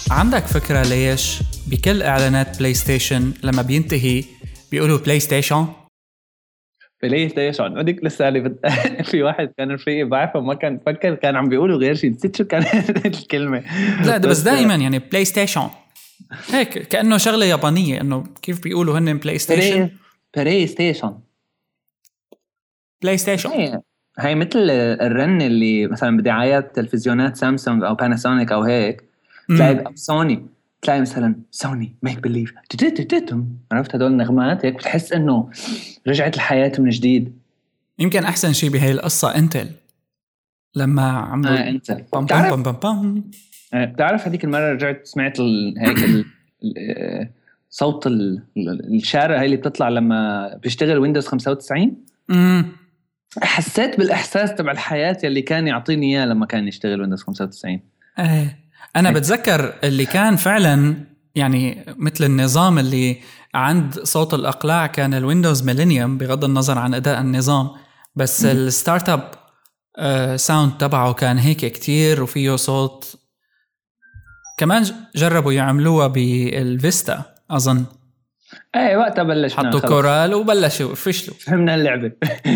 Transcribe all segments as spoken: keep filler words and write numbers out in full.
عندك فكرة ليش بكل إعلانات بلاي ستيشن لما بينتهي بيقولوا بلاي ستيشن؟ بلاي ستيشن وديك لسه لي بد... في واحد كان رفيقي بعرفه ما كان فكر كان عم بيقولوا غير شيء، نسيت شو كانت الكلمة. لا ده بس دائما يعني بلاي ستيشن هيك كأنه شغلة يابانية، إنه كيف بيقولوا هن بلاي ستيشن؟ بلاي ستيشن بلاي ستيشن هي هي مثل الرن اللي مثلا بدعايات تلفزيونات سامسونج او باناسونيك او هيك، تلاقي سوني تلاقي مثلا سوني ميك بليف، عرفت هدول النغمات هيك بتحس انه رجعت الحياة من جديد. يمكن احسن شيء بهاي القصة انتل لما عملوا آه انتل بام بام بام بام بام. آه بتعرف هذيك المرة رجعت سمعت ال... هيك ال... ال... صوت ال... الشارع هاي اللي بتطلع لما بيشتغل ويندوز خمسة وتسعين. امم حسيت بالإحساس تبع الحياة اللي كان يعطيني إياه لما كان يشتغل ويندوز خمسة وتسعين. ايه انا بتذكر اللي كان فعلا يعني مثل النظام اللي عند صوت الأقلاع كان الويندوز ميلينيوم، بغض النظر عن أداء النظام، بس الستارت اب ساوند تبعه كان هيك كتير وفيه صوت. كمان جربوا يعملوها بالفيستا أظن، ايه وقتها بلشنا حطوا كورال وبلشوا فشلوا، فهمنا اللعبة.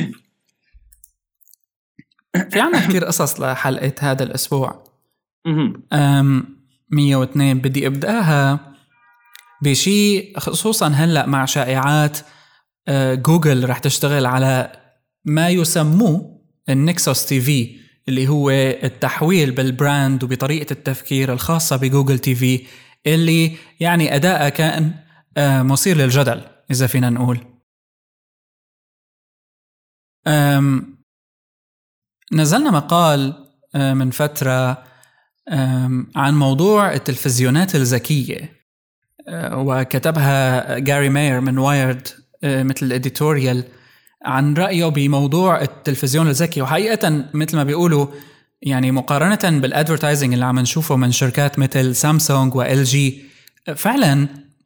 في عنا كتير قصص لحلقة هذا الأسبوع. أمم مية واثنين بدي أبدأها بشيء خصوصا هلأ مع شائعات جوجل رح تشتغل على ما يسموه النكسوس تي في، اللي هو التحويل بالبراند وبطريقة التفكير الخاصة بجوجل تي في، اللي يعني أداء كان مثير للجدل إذا فينا نقول. نزلنا مقال من فترة عن موضوع التلفزيونات الذكية، وكتبها جاري ماير من وايرد مثل الإديتوريال عن رأيه بموضوع التلفزيون الذكي. وحقيقة مثل ما بيقولوا يعني مقارنة بالادفرتايزنج اللي عم نشوفه من شركات مثل سامسونج وإل جي، فعلا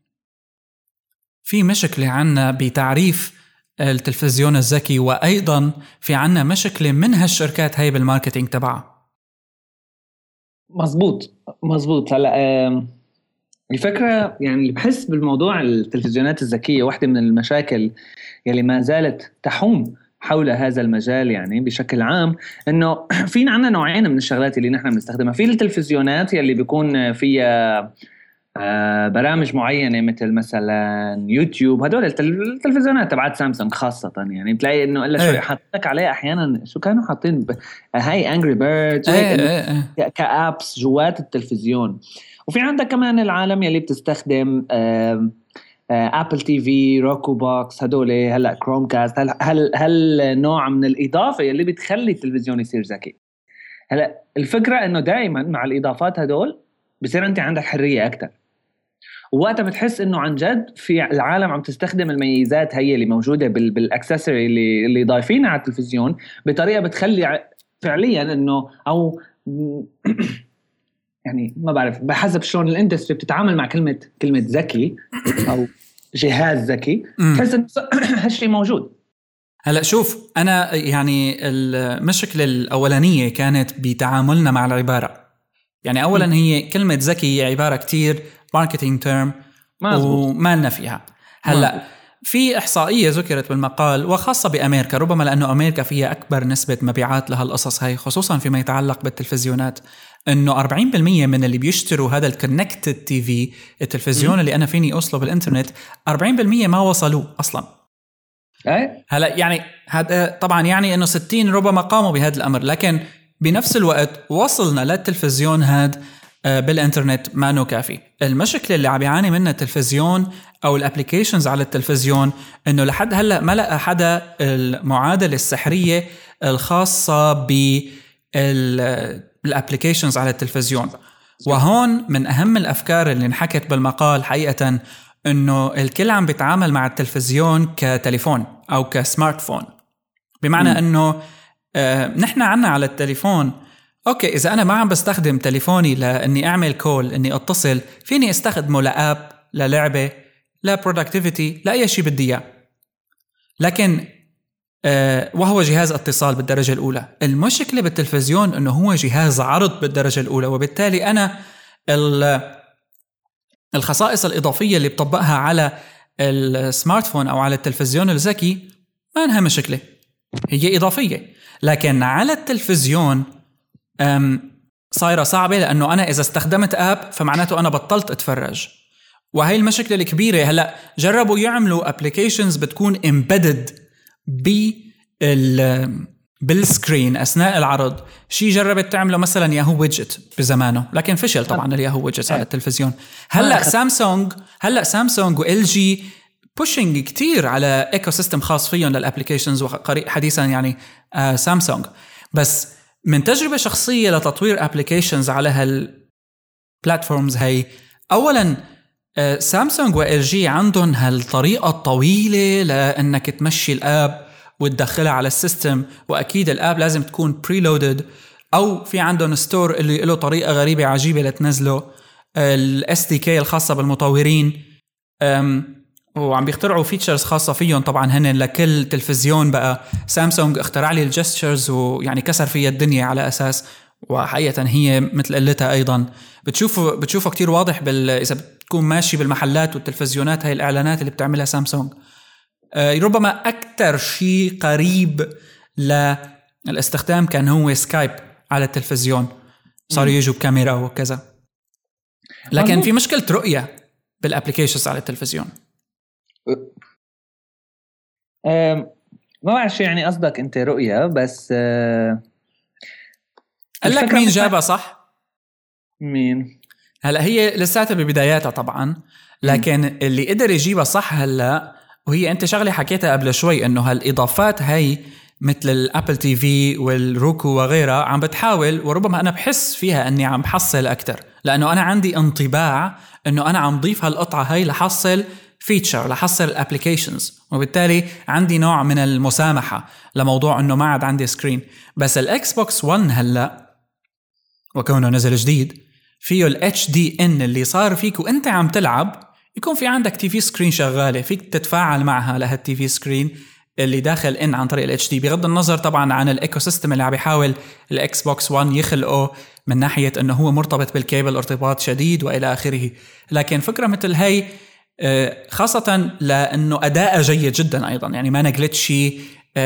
في مشكلة عنا بتعريف التلفزيون الذكي، وأيضا في عنا مشكلة من هالشركات هاي بالماركتينج تبعها. مزبوط مزبوط. هلا الفكرة يعني اللي بحس بالموضوع التلفزيونات الذكية، واحدة من المشاكل يلي ما زالت تحوم حول هذا المجال يعني بشكل عام، انه في عنا نوعين من الشغلات اللي نحن بنستخدمها في التلفزيونات يلي بيكون فيها برامج معينة مثل مثلا يوتيوب. هدول التلفزيونات تبعت سامسونج خاصة يعني بتلاقي انه الا شوي حاطك عليه احيانا شو كانوا حاطين ب... هاي انجري بيردز كابس جوات التلفزيون. وفي عندك كمان العالم يلي بتستخدم ابل تي في، روكو بوكس، هدول هلا كروم كاست. هل هل هل نوع من الاضافة يلي بتخلي التلفزيون يصير ذكي. هلا الفكرة انه دائما مع الاضافات هدول بصير انت عندك حرية اكثر، ووقتها بتحس انه عن جد في العالم عم تستخدم الميزات هي اللي موجوده بالاكسسوري اللي اللي ضايفينها على التلفزيون بطريقه بتخلي فعليا انه او يعني ما بعرف بحسب شلون الاندستري بتتعامل مع كلمه كلمه ذكي او جهاز ذكي، تحس انه هالشيء موجود. هلا شوف انا يعني المشكله الاولانيه كانت بتعاملنا مع العباره. يعني اولا هي كلمه ذكي هي عباره كتير ماركتينج تيرم وما لنا فيها. هلا في إحصائية ذكرت بالمقال وخاصة بأمريكا، ربما لأنه أمريكا فيها أكبر نسبة مبيعات لهالقصص هاي خصوصا فيما يتعلق بالتلفزيونات، إنه أربعين بالمية من اللي بيشتروا هذا الكونكتد تي في، التلفزيون اللي أنا فيني أوصله بالإنترنت، أربعين بالمية ما وصلوا أصلا. هلا يعني هذا طبعا يعني إنه ستين ربما قاموا بهذا الأمر، لكن بنفس الوقت وصلنا للتلفزيون هاد بالإنترنت ما نو كافي. المشكلة اللي عم يعاني منها التلفزيون أو الابليكيشنز على التلفزيون إنه لحد هلأ ما لقى حدا المعادلة السحرية الخاصة بالابليكيشنز على التلفزيون. وهون من أهم الأفكار اللي انحكت بالمقال حقيقة إنه الكل عم بيتعامل مع التلفزيون كتليفون أو كسمارت فون، بمعنى م. إنه آه نحن عنا على التليفون أوكي إذا أنا ما عم بستخدم تليفوني لأني أعمل كول إني أتصل، فيني استخدمه لأب، للعبة، لبرودكتيفيتي، لأي شيء بدي إياه. لكن آه وهو جهاز اتصال بالدرجة الأولى. المشكلة بالتلفزيون إنه هو جهاز عرض بالدرجة الأولى، وبالتالي أنا الخصائص الإضافية اللي بطبقها على السمارت فون أو على التلفزيون الذكي ما إنها مشكلة، هي إضافية. لكن على التلفزيون صايرة صعبة، لأنه أنا إذا استخدمت آب فمعناته أنا بطلت أتفرج، وهي المشكلة الكبيرة. هلأ جربوا يعملوا applications بتكون embedded بال بالسكرين أثناء العرض. شي جربت تعمله مثلا ياهو ويدجت بزمانه، لكن فشل طبعا الياهو ويدجت على التلفزيون. هلأ سامسونج هلأ سامسونج وإل جي pushing كتير على ايكو سيستم خاص فيهم للابليكيشنز، وقريب حديثا يعني آه سامسونج. بس من تجربة شخصية لتطوير ابليكيشنز على هالبلاتفورمز هي، اولا آه سامسونج وإل جي عندهم هالطريقة الطويلة لانك تمشي الاب وتدخلها على السيستم، واكيد الاب لازم تكون preloaded، او في عندهم ستور اللي له طريقة غريبة عجيبة لتنزله، الاس دي كي الخاصة بالمطورين، وعم بيخترعوا فيتشرز خاصة فيهم طبعا هن لكل تلفزيون. بقى سامسونج اخترع لي الجستشرز ويعني كسر فيها الدنيا على أساس، وحقيقة هي مثل قلتها أيضا بتشوفوا بتشوفوا كتير واضح بال إذا بتكون ماشي بالمحلات والتلفزيونات، هاي الإعلانات اللي بتعملها سامسونج. آه ربما أكتر شيء قريب للاستخدام كان هو سكايب على التلفزيون، صاروا يجوا بكاميرا وكذا. لكن في مشكلة رؤية بالابليكيشنز على التلفزيون. أه ما بعرف يعني قصدك انت رؤية، بس أه قال لك مين جابها صح؟ مين؟ هلا هي لساتها ببداياتها طبعا، لكن م. اللي قدر يجيبها صح هلا، وهي انت شغله حكيتها قبل شوي انه هالاضافات هي مثل الابل تي في والروكو وغيرها عم بتحاول، وربما انا بحس فيها اني عم بحصل اكتر، لانه انا عندي انطباع انه انا عم ضيف هالقطعه هي لحصل فيتشر، لحصل الابليكيشنز، وبالتالي عندي نوع من المسامحة لموضوع انه ما عاد عندي سكرين. بس الاكس بوكس ون هلا وكونه نزل جديد فيه ال إتش دي إن اللي صار فيك وانت عم تلعب يكون في عندك تي في سكرين شغالة، فيك تتفاعل معها لهالتي في سكرين اللي داخل إن عن طريق ال إتش دي، بغض النظر طبعا عن الايكو سيستم اللي عم يحاول الاكس بوكس ون يخلقه من ناحية انه هو مرتبط بالكيبل ارتباط شديد والى اخره. لكن فكرة مثل هي خاصة لأنه أداء جيد جدا أيضا، يعني ما نقلت شيء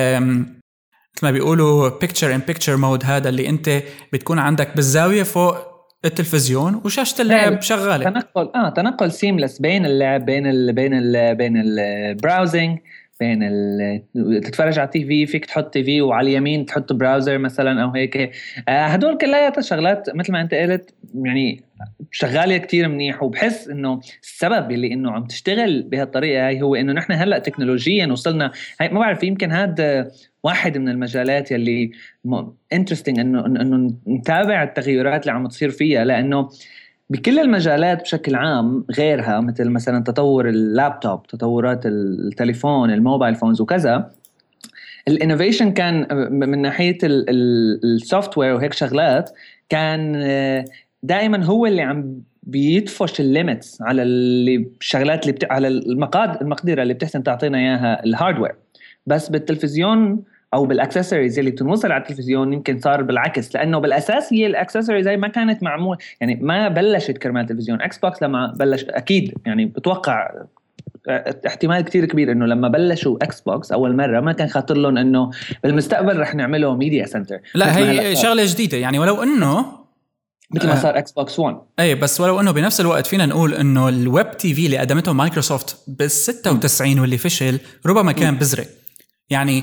كما بيقولوا picture in picture mode، هذا اللي أنت بتكون عندك بالزاوية فوق التلفزيون وشاشة اللعب شغالة. تنقل آه تنقل سيملس بين اللعب بين ال بين ال بين البراوزنج بين ال تتفرج على تي في، فيك تحط تي في وعلى اليمين تحط براوزر مثلا او هيك. آه هدول كلها شغلات مثل ما انت قلت يعني شغاله كتير منيح، وبحس انه السبب اللي انه عم تشتغل بهالطريقه هاي هو انه نحن هلا تكنولوجيا وصلنا هاي. ما بعرف يمكن هذا واحد من المجالات يلي انترستينج انه انه نتابع التغيرات اللي عم تصير فيها، لانه بكل المجالات بشكل عام غيرها مثل مثلا تطور اللابتوب، تطورات التليفون، الموبايل فونز وكذا، الانوفيشن كان من ناحية السوفت وير وهيك شغلات كان دائما هو اللي عم بيدفش الليميتس على الشغلات اللي بت... على المقاد المقدرة اللي بتحسن تعطينا اياها الهاردوير. بس بالتلفزيون او بالاكسسوارز اللي بتنوصل على التلفزيون يمكن صار بالعكس، لانه بالاساس هي الاكسسوارز زي ما كانت معمول يعني ما بلشت كرمال التلفزيون. اكس بوكس لما بلش اكيد يعني بتوقع احتمال كتير كبير انه لما بلشوا اكس بوكس اول مره ما كان خاطر لهم انه بالمستقبل رح نعمله ميديا سنتر. لا هي شغله جديده يعني، ولو انه مثل ما صار اكس بوكس ون. اي بس ولو انه بنفس الوقت فينا نقول انه الويب تي في اللي قدمته مايكروسوفت بالستة وتسعين واللي فشل ربما كان بذره. يعني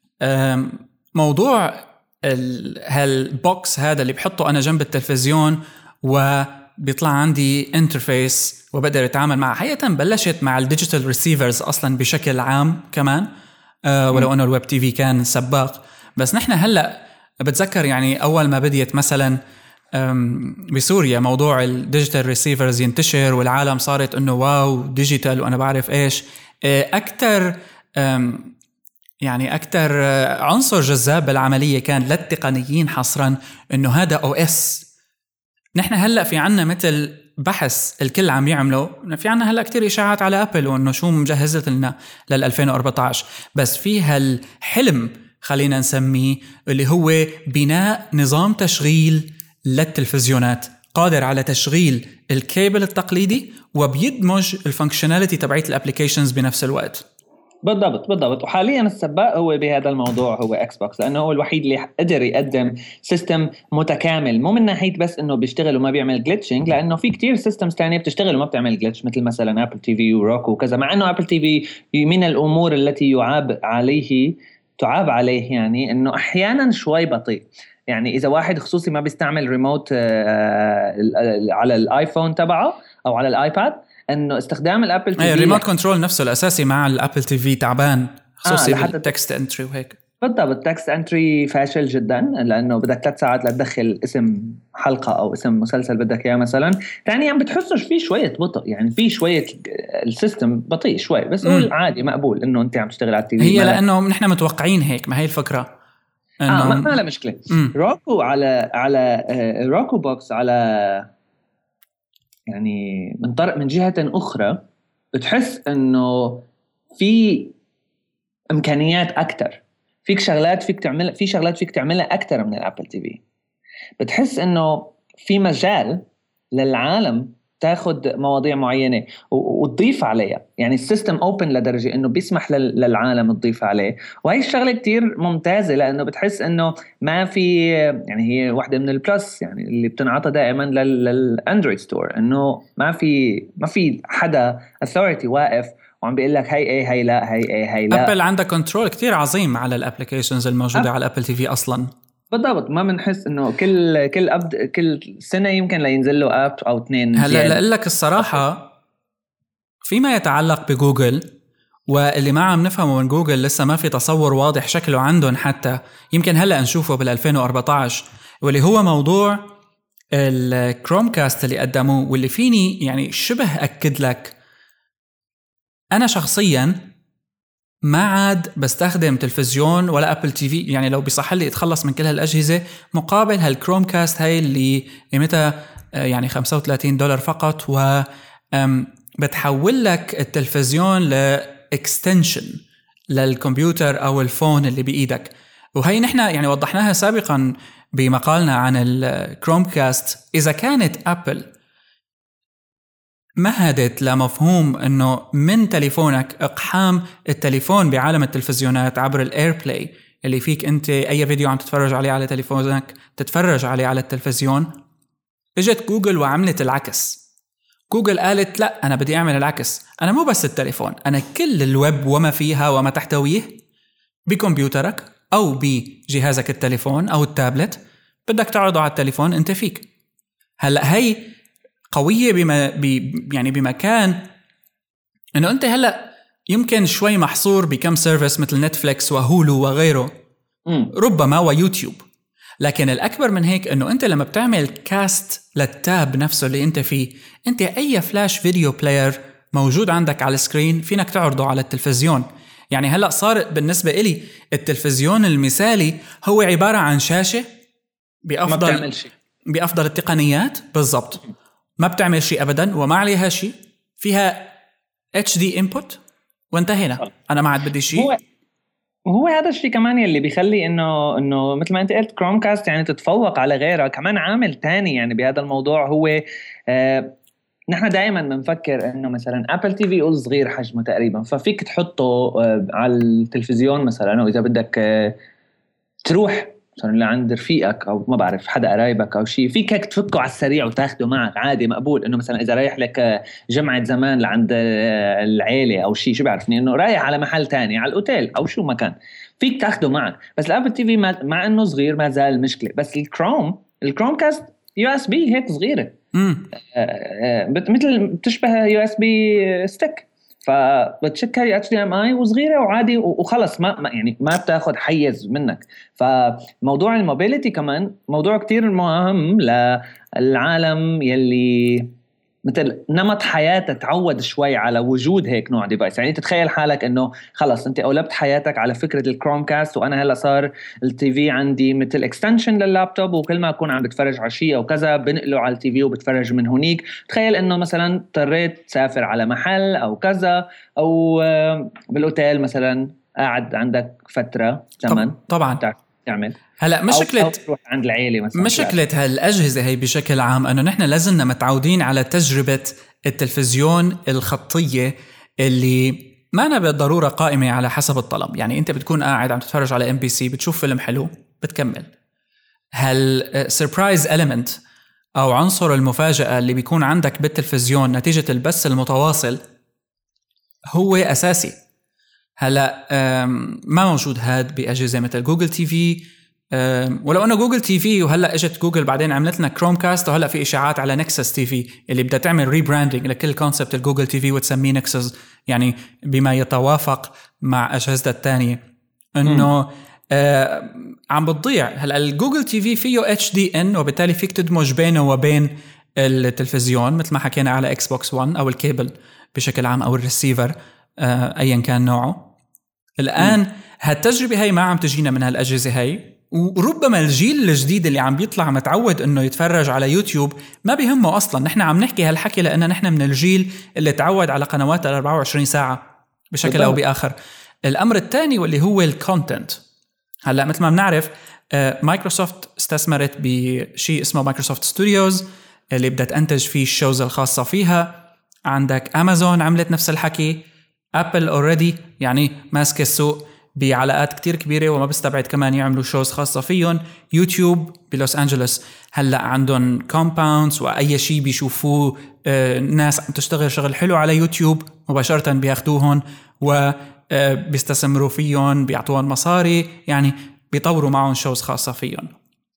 موضوع هالبوكس هذا اللي بحطه انا جنب التلفزيون وبيطلع عندي انترفيس وبقدر اتعامل معها، حقيقة بلشت مع الديجيتال ريسيفرز اصلا بشكل عام كمان، أه ولو انه الويب تي في كان سباق. بس نحن هلا بتذكر يعني اول ما بديت مثلا بسوريا موضوع الديجيتال ريسيفرز ينتشر والعالم صارت انه واو ديجيتال وانا بعرف ايش اكتر، يعني أكتر عنصر جذاب بالعملية كان للتقنيين حصرا إنه هذا أو إس. نحن هلأ في عنا مثل بحث الكل عم يعمله، في عنا هلأ كتير إشاعات على أبل وإنه شو مجهزت لنا لل ألفين وأربعة عشر، بس في هالحلم خلينا نسميه اللي هو بناء نظام تشغيل للتلفزيونات قادر على تشغيل الكيبل التقليدي وبيدمج الفانكشناليتي تبعية الابليكيشنز بنفس الوقت. بالضبط بالضبط وحاليا السباق هو بهذا الموضوع هو اكس بوكس، لانه هو الوحيد اللي قدر يقدم سيستم متكامل، مو من ناحيه بس انه بيشتغل وما بيعمل جلitching، لانه في كتير سيستمز تانية بتشتغل وما بتعمل جلitch، مثل مثلا ابل تي في وروكو وكذا، مع انه ابل تي في من الامور التي يعاب عليه تعاب عليه يعني انه احيانا شوي بطيء. يعني اذا واحد خصوصي ما بيستعمل ريموت على الايفون تبعه او على الايباد، انه استخدام الابل تي في الريموت كنترول نفسه الاساسي مع الابل تي في تعبان، خصوصي آه بالتكست انتري وهيك. بالضبط التكست انتري فاشل جدا، لانه بدك ثلاث ساعات لتدخل اسم حلقه او اسم مسلسل بدك اياه مثلا. ثانيا بتحسش فيه شويه بطء، يعني فيه شويه السيستم بطيء شوي، بس هو عادي مقبول انه انت عم تشتغل على التي في. هي لانه نحن متوقعين هيك، ما هي الفكره انه آه ما لا مشكله. مم. روكو على على روكو بوكس على يعني من طرق من جهه اخرى بتحس انه في امكانيات اكثر، فيك شغلات فيك تعمل في شغلات فيك تعملها اكثر من الابل تي في. بتحس انه في مجال للعالم تاخد مواضيع معينه وتضيف عليها، يعني السيستم اوبن لدرجه انه بيسمح للعالم تضيف عليه، وهي الشغله كتير ممتازه، لانه بتحس انه ما في يعني هي واحده من البلس يعني اللي بتنعطى دائما للاندرويد ستور، انه ما في ما في حدا اثوريتي واقف وعم بيقول لك هي ايه هي لا هي ايه هي لا. ابل عندها كنترول كتير عظيم على الابليكيشنز الموجوده أب... على ابل تي في اصلا. بالضبط، ما بنحس انه كل كل أبد كل سنه يمكن لا ينزل له اب او اثنين. هلا لاقول لك الصراحه فيما يتعلق بجوجل واللي ما عم نفهمه من جوجل لسه ما في تصور واضح شكله عندهم، حتى يمكن هلا نشوفه بال ألفين وأربعتاشر، واللي هو موضوع الكروم كاست اللي قدموه، واللي فيني يعني شبه اكد لك انا شخصيا ما عاد بستخدم تلفزيون ولا أبل تي في، يعني لو بيصح لي أتخلص من كل هالأجهزة مقابل هالكروم كاست هاي اللي قيمتها يعني خمسة وثلاثين دولار فقط، و بتحول لك التلفزيون لإكستنشن للكمبيوتر أو الفون اللي بإيدك. وهي نحن يعني وضحناها سابقا بمقالنا عن الكروم كاست. إذا كانت أبل مهدت لمفهوم أنه من تليفونك إقحام التليفون بعالم التلفزيونات عبر الإير بلاي اللي فيك أنت أي فيديو عم تتفرج عليه على تليفونك تتفرج عليه على التلفزيون، اجت جوجل وعملت العكس. جوجل قالت لا، أنا بدي أعمل العكس، أنا مو بس التليفون، أنا كل الويب وما فيها وما تحتويه بكمبيوترك أو بجهازك التليفون أو التابلت بدك تعرضه على التليفون أنت فيك. هلأ هي قوية بما بي يعني بمكان إنه أنت هلأ يمكن شوي محصور بكم سيرفيس مثل نتفليكس وهولو وغيره م. ربما ويوتيوب، لكن الأكبر من هيك إنه أنت لما بتعمل كاست للتاب نفسه اللي أنت فيه، أنت أي فلاش فيديو بلاير موجود عندك على السكرين فينك تعرضه على التلفزيون. يعني هلأ صار بالنسبة إلي التلفزيون المثالي هو عبارة عن شاشة بأفضل بأفضل التقنيات بالضبط، ما بتعمل شيء أبداً وما عليها شيء، فيها إتش دي input وانتهينا، أنا ما عاد بدي شيء. هو وهو هذا الشيء كمان يلي بيخلي إنه إنه مثل ما أنت قلت كروم كاست يعني تتفوق على غيرها. كمان عامل تاني يعني بهذا الموضوع هو آه نحن دائما بنفكر إنه مثلا أبل تي في صغير حجمه تقريبا، ففيك تحطه آه على التلفزيون مثلا، وإذا بدك آه تروح مثلا لعند رفيقك او ما بعرف حدا قرايبك او شيء، فيك هيك تفكه على السريع وتاخده معك عادي مقبول. انه مثلا اذا رايح لك جمعة زمان لعند العيلة او شيء، شو بعرفني انه رايح على محل تاني على الاوتيل او شو مكان، فيك تاخده معك. بس الابل تي في مع انه صغير ما زال مشكلة. بس الكروم الكروم كاست يو اس بي هيك صغيرة مثل بتشبه يو اس بي ستيك، فبتشك هي اتش دي ام اي وصغيره وعادي وخلص، ما يعني ما بتاخد حيز منك. فموضوع الموبيليتي كمان موضوع كتير مهم للعالم يلي مثل نمط حياتك تعود شوي على وجود هيك نوع ديفايس. يعني تتخيل حالك انه خلص انت اولبت حياتك على فكرة الكروم كاست، وانا هلا صار التي في عندي مثل اكستنشن لللابتوب، وكل ما اكون عم بتفرج على شيء او كذا بنقله على التي في وبتفرج من هونيك. تخيل انه مثلا اضطريت تسافر على محل او كذا، او بالاوتيل مثلا قاعد عندك فترة زمن طبعا تعمل. هلا مشكلة عند العيلة مثلا، مشكلة هالأجهزة هي بشكل عام أنه نحن لازلنا متعودين على تجربة التلفزيون الخطية اللي ما أنا بالضرورة قائمة على حسب الطلب. يعني أنت بتكون قاعد عم تتفرج على إم بي سي، بتشوف فيلم حلو بتكمل. هل surprise element أو عنصر المفاجأة اللي بيكون عندك بالتلفزيون نتيجة البث المتواصل هو أساسي. هلا ما موجود هاد بأجهزة مثل جوجل تي في، ولو أنه جوجل تي في وهلأ اجت جوجل بعدين عملت لنا كروم كاست، وهلأ في إشاعات على نكسس تي في اللي بدها تعمل ريبراندينج لكل كونسبت الجوجل تي في وتسميه نكسس، يعني بما يتوافق مع أجهزة الثانية أنه آه عم بتضيع. هلأ الجوجل تي في فيه اتش دي ان، وبالتالي فيك تدمج بينه وبين التلفزيون مثل ما حكينا على اكس بوكس ون أو الكيبل بشكل عام أو الريسيفر آه أيا كان نوعه. الآن هالتجربة هاي ما عم تجينا من هالأجهزة هاي، وربما الجيل الجديد اللي عم بيطلع متعود انه يتفرج على يوتيوب ما بيهمه اصلا. نحن عم نحكي هالحكي لان نحن من الجيل اللي تعود على قنوات أربعة وعشرين ساعة بشكل او باخر. الامر الثاني واللي هو الكونتنت. هلا مثل ما بنعرف مايكروسوفت استثمرت بشيء اسمه مايكروسوفت ستوديوز اللي بدها تنتج فيه الشوز الخاصة فيها. عندك امازون عملت نفس الحكي، ابل اوريدي يعني ماسك السوق بعلاقات كتير كبيرة وما بستبعد كمان يعملوا شوز خاصة فيهم. يوتيوب بلوس أنجلوس هلأ عندهم كومباوندز، وأي شيء بيشوفوه آه ناس عم تشتغل شغل حلو على يوتيوب مباشرة بياخدوهن وبيستثمروا فيهم، بيعطوهم مصاري، يعني بيطوروا معهم شوز خاصة فيهم.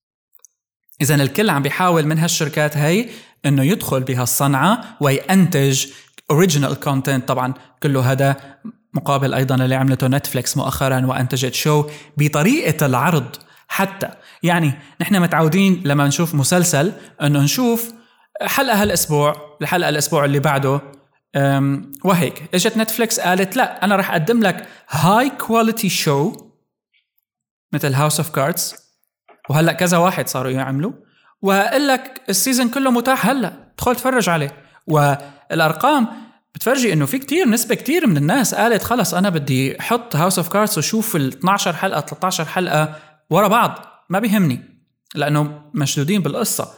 إذن الكل عم بيحاول من هالشركات هاي إنه يدخل بهالصنعة وينتج original content. طبعا كله هذا مقابل أيضاً اللي عملته نتفليكس مؤخراً وأنتجت شو بطريقة العرض. حتى يعني نحن متعودين لما نشوف مسلسل أنه نشوف حلقة هالأسبوع الحلقة الأسبوع اللي بعده وهيك. إجت نتفليكس قالت لا، أنا رح أقدم لك high quality show مثل House of Cards، وهلأ كذا واحد صاروا يعملوا، وقال لك السيزن كله متاح هلأ تدخل تفرج عليه. والأرقام بتفرجي انه في كتير نسبة كتير من الناس قالت خلص انا بدي احط هاوس اوف كاردز وشوف ال اثناشر حلقة ثلاثة عشر حلقة ورا بعض، ما بيهمني لانه مشدودين بالقصة.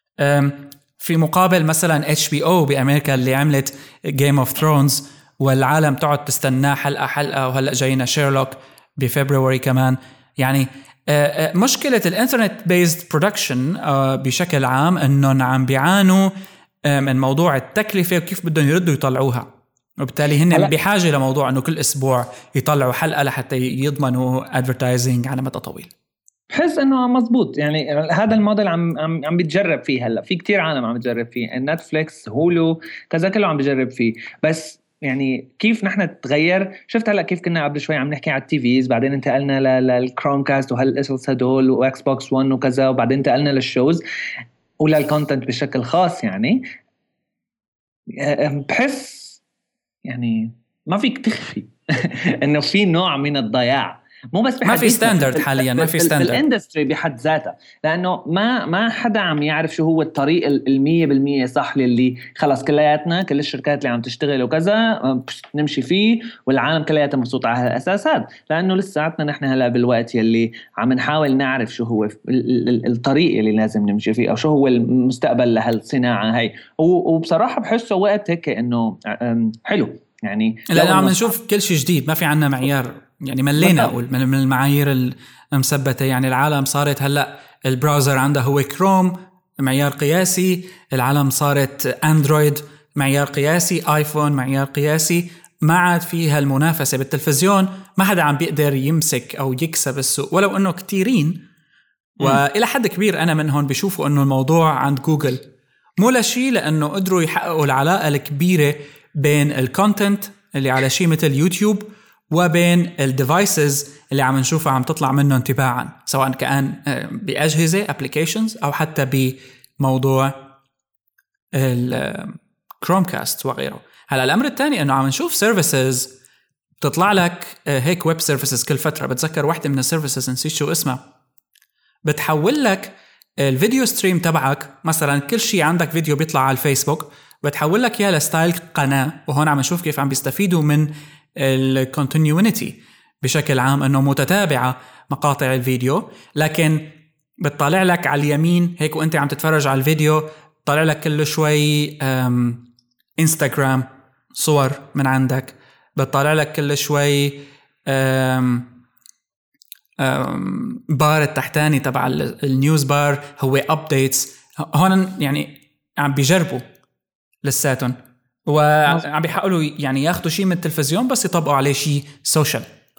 في مقابل مثلا اتش بي او بامريكا اللي عملت جيم اوف ثرونز والعالم تقعد تستناه حلقة حلقة، وهلأ جاينا شيرلوك بفبراير كمان. يعني مشكلة الانترنت بيزد برودكشن بشكل عام انهم عم بيعانوا من موضوع التكلفة وكيف بدهم يردوا يطلعوها، وبالتالي هن بحاجة لموضوع أنه كل أسبوع يطلعوا حلقة لحتى يضمنوا advertising على مدى طويل. بحس أنه مزبوط. يعني هذا الموديل عم عم عم بيتجرب فيه هلا، في كتير عالم عم بيتجرب فيه، نتفليكس، هولو، كذا كله عم بيجرب فيه. بس يعني كيف نحن تغير. شفت هلا كيف كنا قبل شوي عم نحكي على التي فيز، بعدين انتقلنا للكروم كاست وهالقصص هدول واكس بوكس ون وكذا، وبعدين انتقلنا للشوز ولا الكونتنت بشكل خاص. يعني بحس يعني ما فيك تخفي انه في نوع من الضياع، مو بس ما في ستاندرد حاليا، ما في ستاندرد الاندستري بحد ذاتها، لانه ما ما حدا عم يعرف شو هو الطريق المية بالمية صح للي خلص كلياتنا كل الشركات اللي عم تشتغل وكذا نمشي فيه والعالم كلياتها مبسوط على هالاساس هذا. لانه لساتنا نحن هلا بالوقت يلي عم نحاول نعرف شو هو الطريق اللي لازم نمشي فيه او شو هو المستقبل لهالصناعه هاي. وبصراحه بحسه وقت هيك انه حلو، يعني لأن عم نشوف كل شيء جديد، ما في عنا معيار. يعني ملينا أقول من المعايير المثبتة. يعني العالم صارت هلأ البراوزر عنده هو كروم معيار قياسي، العالم صارت أندرويد معيار قياسي، آيفون معيار قياسي. ما عاد فيها المنافسة. بالتلفزيون ما حدا عم بيقدر يمسك أو يكسب السوق، ولو أنه كتيرين وإلى حد كبير أنا منهم بيشوفوا أنه الموضوع عند جوجل مو لشي، لأنه قدروا يحققوا العلاقة الكبيرة بين الكونتنت اللي على شيء مثل يوتيوب وبين الديفايسز اللي عم نشوفها عم تطلع منه تباعا، سواء كان بأجهزة applications أو حتى بموضوع الكروم كاست وغيره. هلا الأمر الثاني أنه عم نشوف سيرفيسز تطلع لك هيك ويب سيرفيسز كل فترة. بتذكر واحدة من السيرفيسز نسيت شو اسمها، بتحول لك الفيديو ستريم تبعك، مثلا كل شيء عندك فيديو بيطلع على الفيسبوك بتحول لك اياه لستايل قناة. وهون عم نشوف كيف عم بيستفيدوا من الكونتينيويتي بشكل عام، انه متتابعة مقاطع الفيديو، لكن بتطلع لك على اليمين هيك وانت عم تتفرج على الفيديو طلع لك كل شوي انستغرام صور من عندك، بتطلع لك كل شوي أم أم بار التحتاني تبع النيوز بار هو ابديتس. هون يعني عم بيجربوا لساتهم وعم بيحاولوا يعني ياخدوا شيء من التلفزيون بس يطبقوا عليه شيء سوشيال.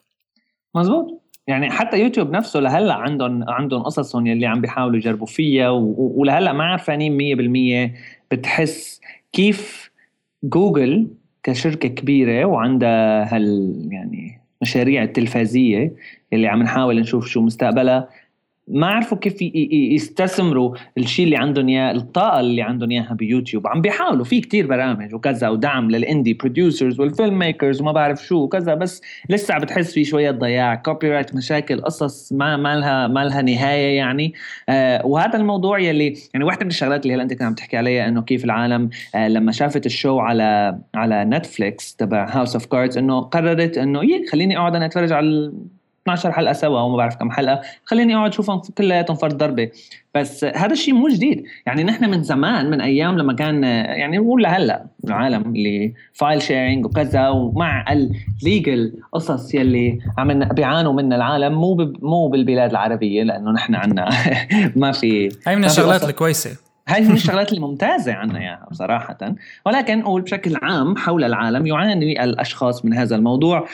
مزبوط. يعني حتى يوتيوب نفسه لهلا عندهم عندهم قصصهم يلي عم بيحاولوا يجربوا فيها، ولهلا ما عارفانين مية بالمية بتحس كيف جوجل كشركة كبيرة وعندها هال يعني مشاريع التلفزية اللي عم نحاول نشوف شو مستقبلها، ما عرفوا كيف يستثمروا الشيء اللي عندهم اياه، الطاقه اللي عندهم اياها بيوتيوب. عم بيحاولوا في كتير برامج وكذا ودعم للاندي بروديوسرز والفيلم ميكرز وما بعرف شو وكذا، بس لسه بتحس في شويه ضياع، كوبي رايت، مشاكل، قصص ما ما لها ما لها نهايه يعني. آه وهذا الموضوع يلي يعني واحده من الشغلات اللي هلا انت كنت عم تحكي عليها، انه كيف العالم آه لما شافت الشو على على نتفليكس تبع هاوس اوف كاردز انه قررت انه إيه خليني اقعد انا اتفرج على اثناشر حلقة سوا وما بعرف كم حلقة، خليني أقعد شوفهم كلياتهم فرد ضربة. بس هذا الشيء مو جديد يعني، نحن من زمان من أيام لما كان يعني نقول لهلا العالم اللي فايل شيرينج وكذا، ومع الليجل قصص يلي عم بيعانوا من العالم، مو مو بالبلاد العربية لأنه نحن عنا ما في. هاي من الشغلات الكويسة، هاي من الشغلات الممتازة عنا ياها بصراحة. ولكن نقول بشكل عام حول العالم يعاني الأشخاص من هذا الموضوع.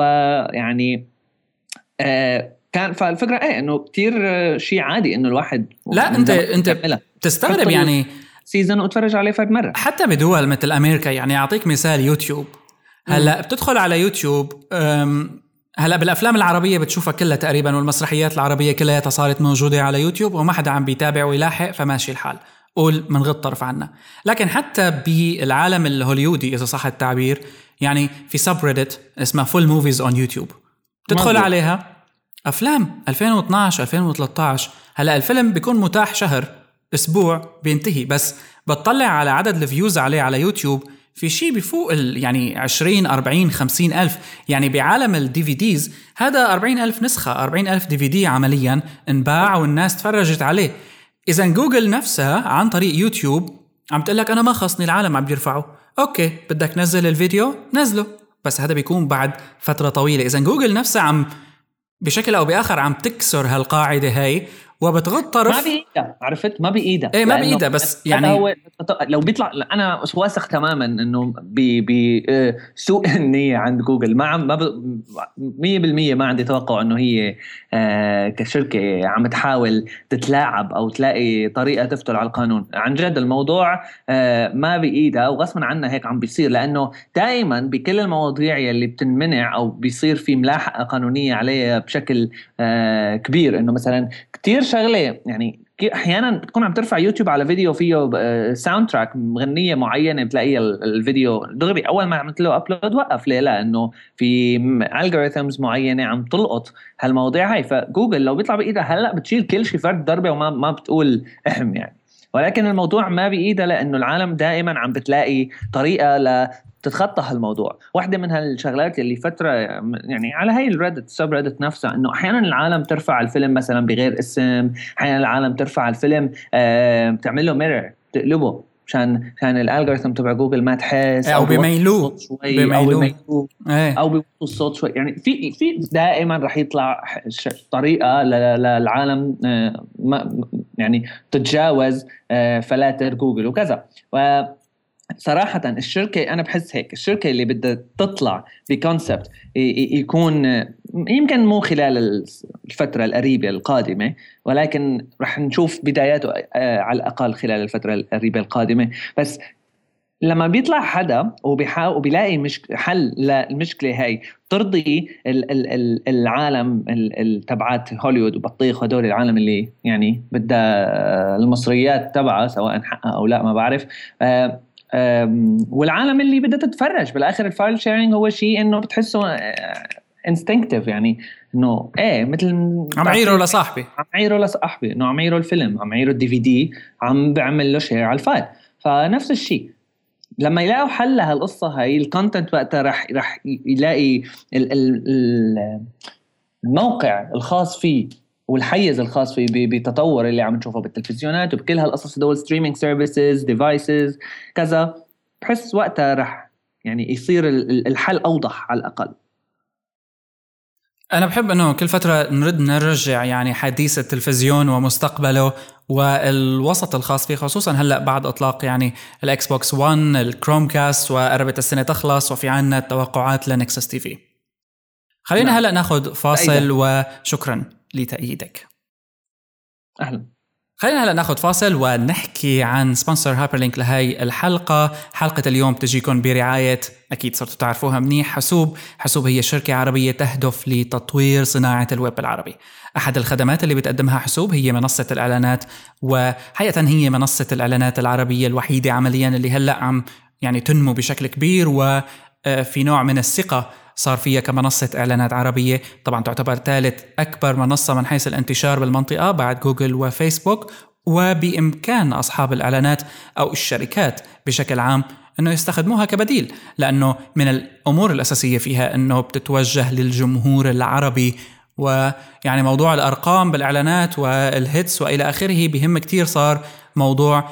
ويعني آه كان فالفكرة ايه انه كتير شيء عادي انه الواحد لا انت انت تستغرب يعني سيزن وتفرج عليه فرد مرة حتى بدول مثل امريكا. يعني اعطيك مثال يوتيوب، هلا بتدخل على يوتيوب هلا بالافلام العربية بتشوفها كلها تقريبا، والمسرحيات العربية كلها صارت موجودة على يوتيوب وما حدا عم بيتابع ويلاحق، فماشي الحال، قول من غض طرف عنا. لكن حتى بالعالم الهوليودي اذا صح التعبير، يعني في سب ريدت اسمها فول موفيز اون يوتيوب، تدخل مزبوط. عليها أفلام ألفين واثناشر ألفين وثلاثة عشر. هلأ الفيلم بيكون متاح شهر أسبوع بينتهي، بس بتطلع على عدد الفيوز عليه على يوتيوب في شيء بفوق يعني عشرين أربعين خمسين ألف. يعني بعالم الدي في ديز هذا أربعين ألف نسخة، أربعين ألف دي في دي عمليا انباع والناس تفرجت عليه. إذا جوجل نفسها عن طريق يوتيوب عم تقلك أنا ما خصني، العالم عم بيرفعوا، أوكي بدك نزل الفيديو نزله، بس هذا بيكون بعد فترة طويلة. إذا جوجل نفسها عم بشكل أو بآخر عم تكسر هالقاعدة هاي وبتغط طرف. ما بإيدها، عرفت؟ ما بإيدها إيه ما بإيدها، بس يعني هو لو بيطلع أنا واثق تماما إنه بسوء النية عند جوجل، ما عم ما مية بالمية ما عندي توقع إنه هي كشركة عم تحاول تتلاعب أو تلاقي طريقة تفتل على القانون. عن جد الموضوع ما بإيدها وغصبا عنها هيك عم بيصير، لأنه دائما بكل المواضيع يلي بتنمنع أو بيصير في ملاحقة قانونية عليها بشكل كبير. إنه مثلا كتير شغله يعني احيانا بتكون عم ترفع يوتيوب على فيديو فيه ساوند تراك مغنيه معينه، بتلاقيها الفيديو دغري اول ما عملت له ابلود وقف. ليه؟ لانه في الجوريثمز معينه عم تلقط هالمواضيع هاي. فجوجل لو بيطلع بايدها هلا بتشيل كل شيء فرد ضربه وما ما بتقول اهم يعني. ولكن الموضوع ما بايدها، لانه العالم دائما عم بتلاقي طريقه ل تتخطى هالموضوع. واحدة من هالشغلات اللي فترة يعني على هاي الريدت سب ريدت نفسها، انه احيانا العالم ترفع الفيلم مثلا بغير اسم، احيانا العالم ترفع الفيلم آه بتعمل له ميرور تقلبه مشان كان الالغوريثم تبع جوجل ما تحس، او بيميلوه بيميلوه او بيوطوا الصوت شوي. يعني في في دائما رح يطلع طريقة للعالم آه يعني تتجاوز آه فلاتر جوجل وكذا. و صراحة الشركة أنا بحس هيك، الشركة اللي بدها تطلع بكونسبت يكون يمكن مو خلال الفترة القريبة القادمة، ولكن رح نشوف بداياته على الأقل خلال الفترة القريبة القادمة. بس لما بيطلع حدا وبيحاول وبيلاقي مش حل للمشكلة هاي ترضي العالم التبعات هوليوود وبطيخ هدول العالم اللي يعني بدها المصريات تبعها سواء حقها أو لا ما بعرف، والعالم اللي بدها تتفرج بالاخر. الفايل شيرينج هو شيء انه بتحسه انستنكتيف، يعني انه ايه مثل عم عيره لصاحبي عم عيره لصاحبي انه عم عيره الفيلم، عم عيره الدي في دي، عم بعمل له شير على الفايل. فنفس الشيء لما يلاقوا حل لهالقصه هاي، الكونتنت وقتها رح رح يلاقي ال ال الموقع الخاص فيه والحيز الخاص فيه بتطور اللي عم نشوفه بالتلفزيونات وبكل هالقصص دول ستريمينج سيرفيسز ديفايسز كذا. بحس وقتها رح يعني يصير الحل أوضح على الأقل. أنا بحب أنه كل فترة نرد نرجع يعني حديث التلفزيون ومستقبله والوسط الخاص فيه، خصوصا هلأ بعد إطلاق يعني الإكس بوكس ون الكروم كاست وقربت السنة تخلص وفي عنا التوقعات لنكسس تي في. خلينا نعم. هلأ ناخد فاصل وشكرا لتأييدك. أهلا. خلينا هلأ ناخد فاصل ونحكي عن سبونسر هايبرلينك لهاي الحلقة. حلقة اليوم تجيكم برعاية أكيد صرتوا تعرفوها منيح حاسوب. حاسوب هي شركة عربية تهدف لتطوير صناعة الويب العربي. أحد الخدمات اللي بتقدمها حاسوب هي منصة الإعلانات، وحقيقة هي منصة الإعلانات العربية الوحيدة عمليا اللي هلأ عم يعني تنمو بشكل كبير وفي نوع من الثقة صار فيها كمنصة إعلانات عربية. طبعا تعتبر ثالث أكبر منصة من حيث الانتشار بالمنطقة بعد جوجل وفيسبوك، وبإمكان أصحاب الإعلانات أو الشركات بشكل عام أنه يستخدموها كبديل، لأنه من الأمور الأساسية فيها أنه بتتوجه للجمهور العربي، ويعني موضوع الأرقام بالإعلانات والهيتس وإلى آخره بهم كتير. صار موضوع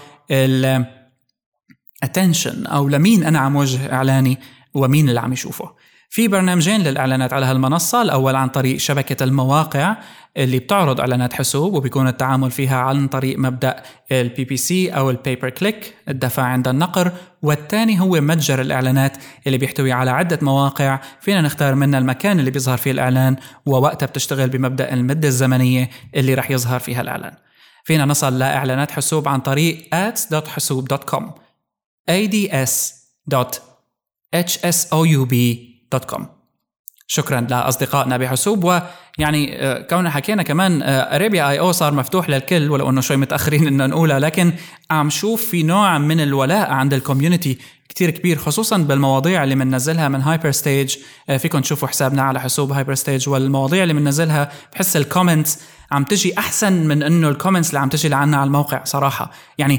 الاتنشن أو لمين أنا عم وجه إعلاني ومين اللي عم يشوفه. في برنامجين للإعلانات على هالمنصة، الأول عن طريق شبكة المواقع اللي بتعرض إعلانات حاسوب وبيكون التعامل فيها عن طريق مبدأ ال بي بي سي أو ال pay per click الدفع عند النقر، والثاني هو متجر الإعلانات اللي بيحتوي على عدة مواقع فينا نختار منها المكان اللي بيظهر فيه الإعلان، ووقتها بتشتغل بمبدأ المدة الزمنية اللي رح يظهر فيها الإعلان. فينا نصل لإعلانات حاسوب عن طريق ads dot حاسوب dot com ads dot hsoub دوت كوم. شكرا لأصدقائنا بحاسوب. ويعني كوننا حكينا كمان أريبيا آي أو صار مفتوح للكل، ولو أنه شوي متأخرين إنه نقولها، لكن عم شوف في نوع من الولاء عند الكوميونتي كتير كبير، خصوصا بالمواضيع اللي مننزلها من هايبر ستيج. فيكم تشوفوا حسابنا على حاسوب هايبر ستيج، والمواضيع اللي مننزلها بحس الكومنتس عم تجي أحسن من إنه الكومنتس اللي عم تجي لعنا على الموقع صراحة. يعني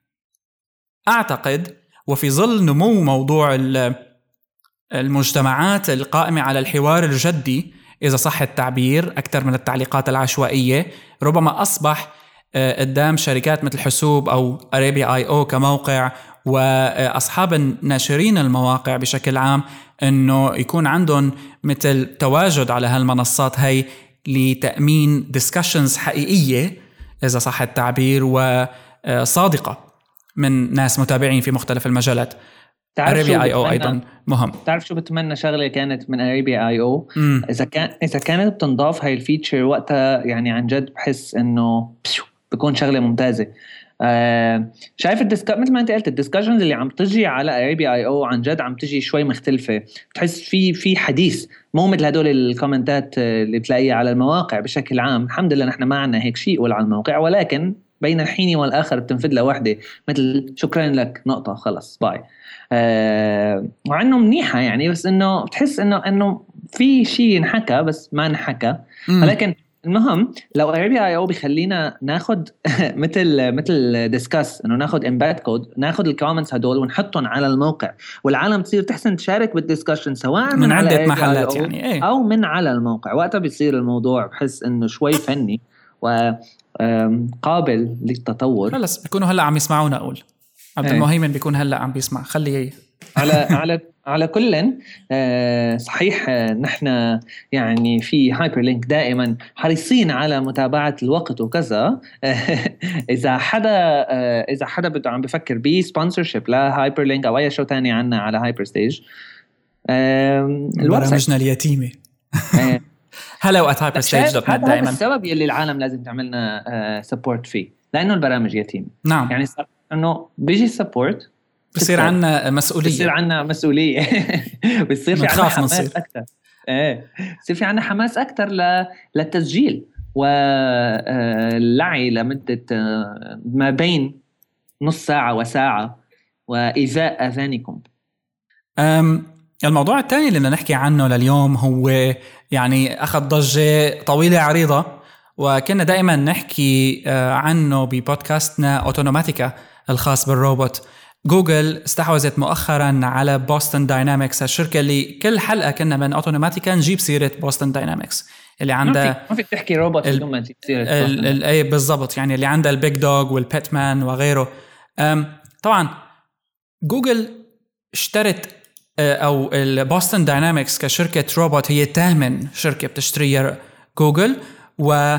أعتقد وفي ظل نمو موضوع المجتمعات القائمة على الحوار الجدي إذا صح التعبير أكثر من التعليقات العشوائية، ربما أصبح قدام شركات مثل حاسوب أو أريبيا آي أو كموقع وأصحاب الناشرين المواقع بشكل عام أنه يكون عندهم مثل تواجد على هالمنصات هاي لتأمين discussions حقيقية إذا صح التعبير وصادقة من ناس متابعين في مختلف المجالات. أريبيا آي أو أيضا مهم. تعرف شو بتمنى شغلة كانت من أريبيا آي أو؟ إذا كان إذا كانت بتنضاف هاي الفيتشر وقتها، يعني عن جد بحس إنه بيكون شغلة ممتازة. آه شايف الديسك مثل ما أنت قلت الديسكشنز اللي عم تجي على أريبيا آي أو عن جد عم تجي شوي مختلفة، بتحس في في حديث، مو مثل هدول الكومنتات اللي بتلاقيها على المواقع بشكل عام. الحمد لله نحن ما عنا هيك شيء ولا على الموقع، ولكن بين الحين والآخر بتنفذ له واحدة مثل شكرا لك نقطة خلص باي. آه وعنه منيحة يعني، بس إنه بتحس إنه إنه في شيء انحكى بس ما انحكى. ولكن المهم لو أريبيا آي أو بيخلينا ناخد مثل مثل ديسكاس، إنه ناخد إمباد كود، ناخد الكومنتس هدول ونحطهم على الموقع، والعالم تصير تحسن تشارك بالديسكشن سواء من, من عدة محلات يعني ايه؟ أو من على الموقع. وقتها بيصير الموضوع بحس إنه شوي فني وقابل للتطور. خلص بيكونوا هلا عم يسمعونا. أقول عبد المهيمن بيكون هلا عم بيسمع، خليه على على على كل آه صحيح. آه نحن يعني في هايبر لينك دائما حريصين على متابعة الوقت وكذا. آه إذا حدا آه إذا حدا بده عم بفكر بي سبونسرشيب لا هايبر لينك أو أي شو تاني عنا على هايبر ستيج، آه برامجنا اليتيمة آه هلا at hyperstage دوت نت دائما. هذا السبب يلي العالم لازم تعملنا آه سبورت فيه، لأنه البرامج يتيمة. نعم. يعني إنه بيجي سبورت بصير عنا مسؤولية، بصير عنا مسؤولية بصير في عنا حماس أكتر. إيه بصير في عنا حماس أكتر ل... للتسجيل واللعي لمدة ما بين نص ساعة وساعة وإيذاء أذانكم. أم الموضوع الثاني اللي بدنا نحكي عنه لليوم هو يعني أخذ ضجة طويلة عريضة، وكنا دائما نحكي عنه ببودكاستنا أوتونوماتيكا الخاص بالروبوت. جوجل استحوذت مؤخرا على بوستن داينامكس، الشركة اللي كل حلقة كنا من أوتونوماتيكا نجيب سيرة بوستن داينامكس اللي عندها ما فيك تحكي روبوت بدون ما تصير اي بالضبط، يعني اللي عندها البيج دوغ والبيتمان وغيره. طبعا جوجل اشترت او البوستن داينامكس كشركه روبوت هي ثامن شركه بتشتريها جوجل، و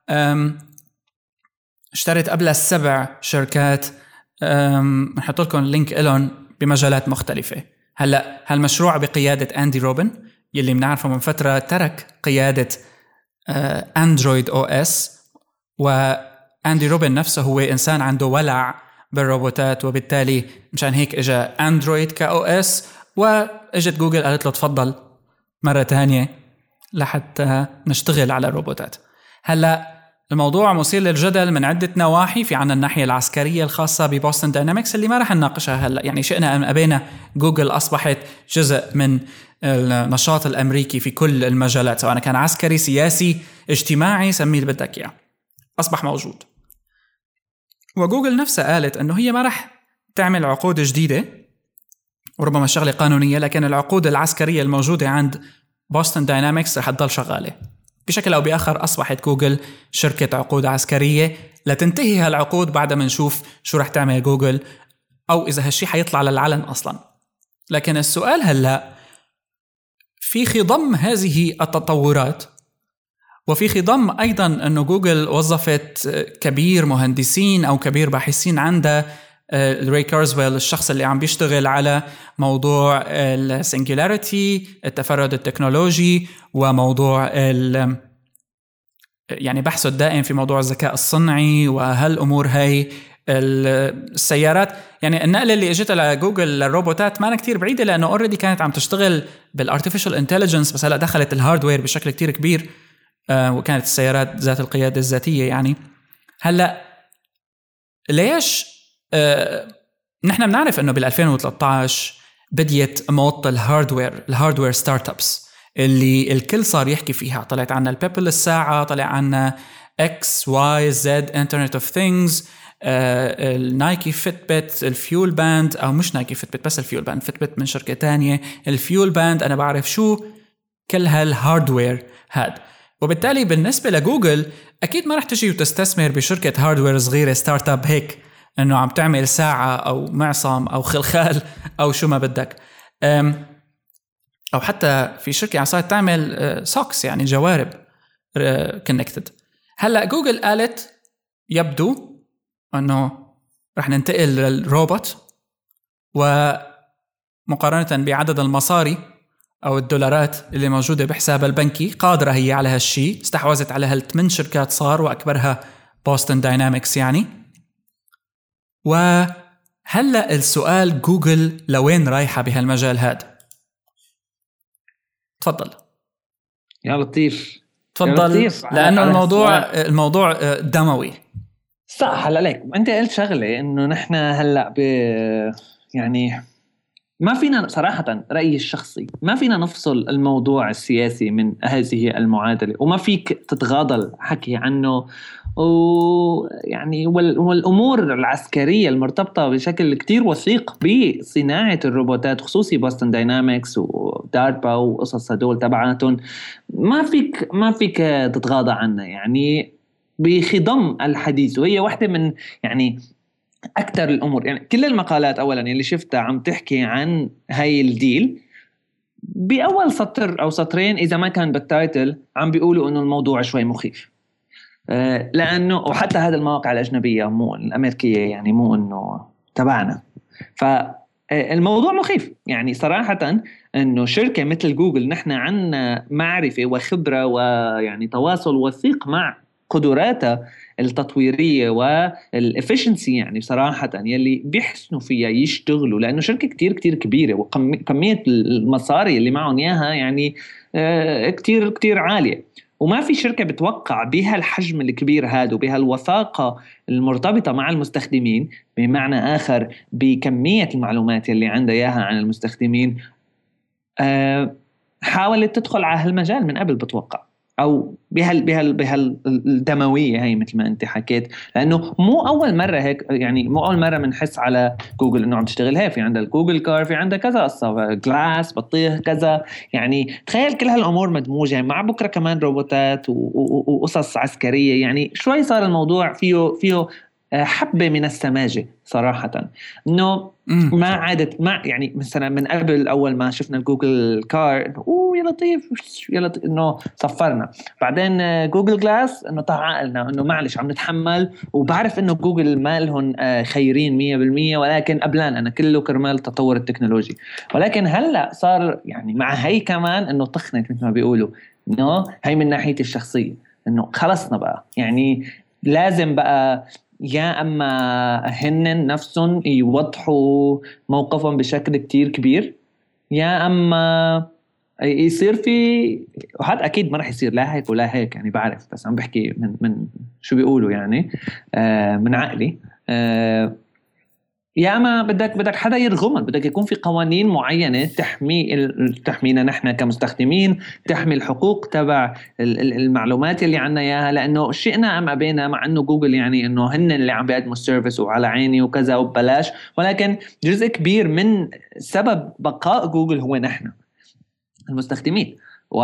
اشترت قبل السبع شركات نحط لكم اللينك لهم بمجالات مختلفه. هلا هالمشروع بقياده اندي روبن يلي بنعرفه من فتره ترك قياده اندرويد او اس، واندي روبن نفسه هو انسان عنده ولع بالروبوتات، وبالتالي مشان هيك اجى اندرويد كاو اس، واجت جوجل قالت له تفضل مره تانية لحتى نشتغل على الروبوتات. هلا الموضوع مثير للجدل من عده نواحي. في عنا الناحيه العسكريه الخاصه ببوستن داينامكس اللي ما رح نناقشها هلا، يعني شئنا ام ابينا جوجل اصبحت جزء من النشاط الامريكي في كل المجالات، سواء كان عسكري سياسي اجتماعي سميه اللي بدك اياه، اصبح موجود. وجوجل نفسها قالت انه هي ما رح تعمل عقود جديده وربما شغله قانونيه، لكن العقود العسكريه الموجوده عند بوستن داينامكس رح تضل شغاله. بشكل او باخر اصبحت جوجل شركه عقود عسكريه، لتنتهي هالعقود بعد ما نشوف شو رح تعمل جوجل او اذا هالشي حيطلع للعلن اصلا. لكن السؤال هلا في خضم هذه التطورات، وفي خضم أيضاً أنه جوجل وظفت كبير مهندسين أو كبير باحثين عندها، ري كارزويل الشخص اللي عم بيشتغل على موضوع السنجولاريتي التفرد التكنولوجي، وموضوع يعني بحثه الدائم في موضوع الذكاء الصنعي وهالأمور هاي السيارات. يعني النقلة اللي اجت على جوجل للروبوتات ما أنا كتير بعيدة، لأنه أوريدي كانت عم تشتغل بالارتفيشال انتليجنس، بس هلأ دخلت الهاردوير بشكل كتير كبير، آه وكانت السيارات ذات القيادة الذاتية. يعني هلأ ليش آه نحن بنعرف أنه بالألفين وثلاثة عشر بديت موت الهاردوير الهاردوير ستارت أبس اللي الكل صار يحكي فيها. طلعت عنا البيبل الساعة، طلع عنا اكس واي زد انترنت اوف ثينجز، النايكي فيت بيت، الفيول باند، او مش نايكي فيت بيت بس الفيول باند، فيت بيت من شركة تانية، الفيول باند انا بعرف شو كل هالهاردوير هاد. وبالتالي بالنسبة لجوجل اكيد ما رح تجي وتستثمر بشركة هاردوير صغيرة ستارت اب هيك انه عم تعمل ساعة او معصم او خلخال او شو ما بدك، او حتى في شركة عصارت تعمل سوكس يعني جوارب كونكتد. هلا جوجل قالت يبدو أنه رح ننتقل للروبوت، ومقارنة بعدد المصاري أو الدولارات اللي موجودة بحساب البنكي قادرة هي على هالشي. استحوذت على هالثمان شركات صار، وأكبرها بوستن داينامكس يعني. وهلأ السؤال جوجل لوين رايحة بهالمجال هاد؟ تفضل يا لطيف تفضل، لأنه الموضوع الموضوع دموي. صح. هلا ليك انت قلت شغله انه نحن هلا ب يعني ما فينا صراحه رايي الشخصي ما فينا نفصل الموضوع السياسي من هذه المعادله، وما فيك تتغاضى حكي عنه، ويعني والامور العسكريه المرتبطه بشكل كتير وثيق بصناعه الروبوتات، خصوصي بوستن داينامكس وداربا وقصص هدول تبعاتهم، ما فيك ما فيك تتغاضى عنها يعني بخضم الحديث. وهي واحدة من يعني أكتر الأمور، يعني كل المقالات أولا اللي شفتها عم تحكي عن هاي الديل بأول سطر أو سطرين إذا ما كان بالتايتل عم بيقولوا إنه الموضوع شوي مخيف، أه لأنه وحتى هذا المواقع الأجنبية مو الأمريكية يعني مو إنه تبعنا، فالموضوع مخيف يعني صراحة. إنه شركة مثل جوجل نحن عنا معرفة وخبرة ويعني تواصل وثيق مع قدراتها التطويرية والإفشنسي يعني صراحة يلي بيحسنوا فيها يشتغلوا، لأنه شركة كتير كتير كبيرة وكمية المصاري اللي معهم إياها يعني كتير كتير عالية، وما في شركة بتوقع بها الحجم الكبير هذا وبها الوثاقة المرتبطة مع المستخدمين، بمعنى آخر بكمية المعلومات اللي عندها إياها عن المستخدمين، حاولت تدخل على هالمجال من قبل بتوقع. او بهال بهال بهالدمويه هي مثل ما انت حكيت، لانه مو اول مره هيك، يعني مو اول مره بنحس على جوجل انه عم تشتغل هيك. في عندها الجوجل كار، في عندها كذا قصه، جلاس، بطيخ، كذا. يعني تخيل كل هالامور مدموجه مع بكره كمان روبوتات وقصص عسكريه. يعني شوي صار الموضوع فيه فيه حبة من السماجة صراحة، إنه ما عادت ما يعني مثلا من قبل أول ما شفنا الجوجل كار أوه يا لطيف يا لطيف إنه صفرنا. بعدين جوجل جلاس إنه تعقلنا إنه معلش عم نتحمل، وبعرف إنه جوجل ما لهم خيرين مية بالمية، ولكن قبلان أنا كله كرمال تطور التكنولوجي. ولكن هلأ صار يعني مع هاي كمان إنه تخنت مثل ما بيقولوا، إنه هاي من ناحية الشخصية إنه خلصنا بقى، يعني لازم بقى يا أما هن نفسهم يوضحوا موقفهم بشكل كتير كبير، يا أما يصير في، وهذا أكيد ما رح يصير لا هيك ولا هيك يعني بعرف، بس عم بحكي من من شو بيقولوا يعني آه من عقلي. آه يا اما بدك بدك حدا يرغمك، بدك يكون في قوانين معينه تحمي تحمينا نحن كمستخدمين، تحمي الحقوق تبع المعلومات اللي عنا اياها. لانه شئنا ام ابينا، مع انه جوجل يعني انه هن اللي عم بيقدموا السيرفيس وعلى عيني وكذا وببلاش، ولكن جزء كبير من سبب بقاء جوجل هو نحن المستخدمين. و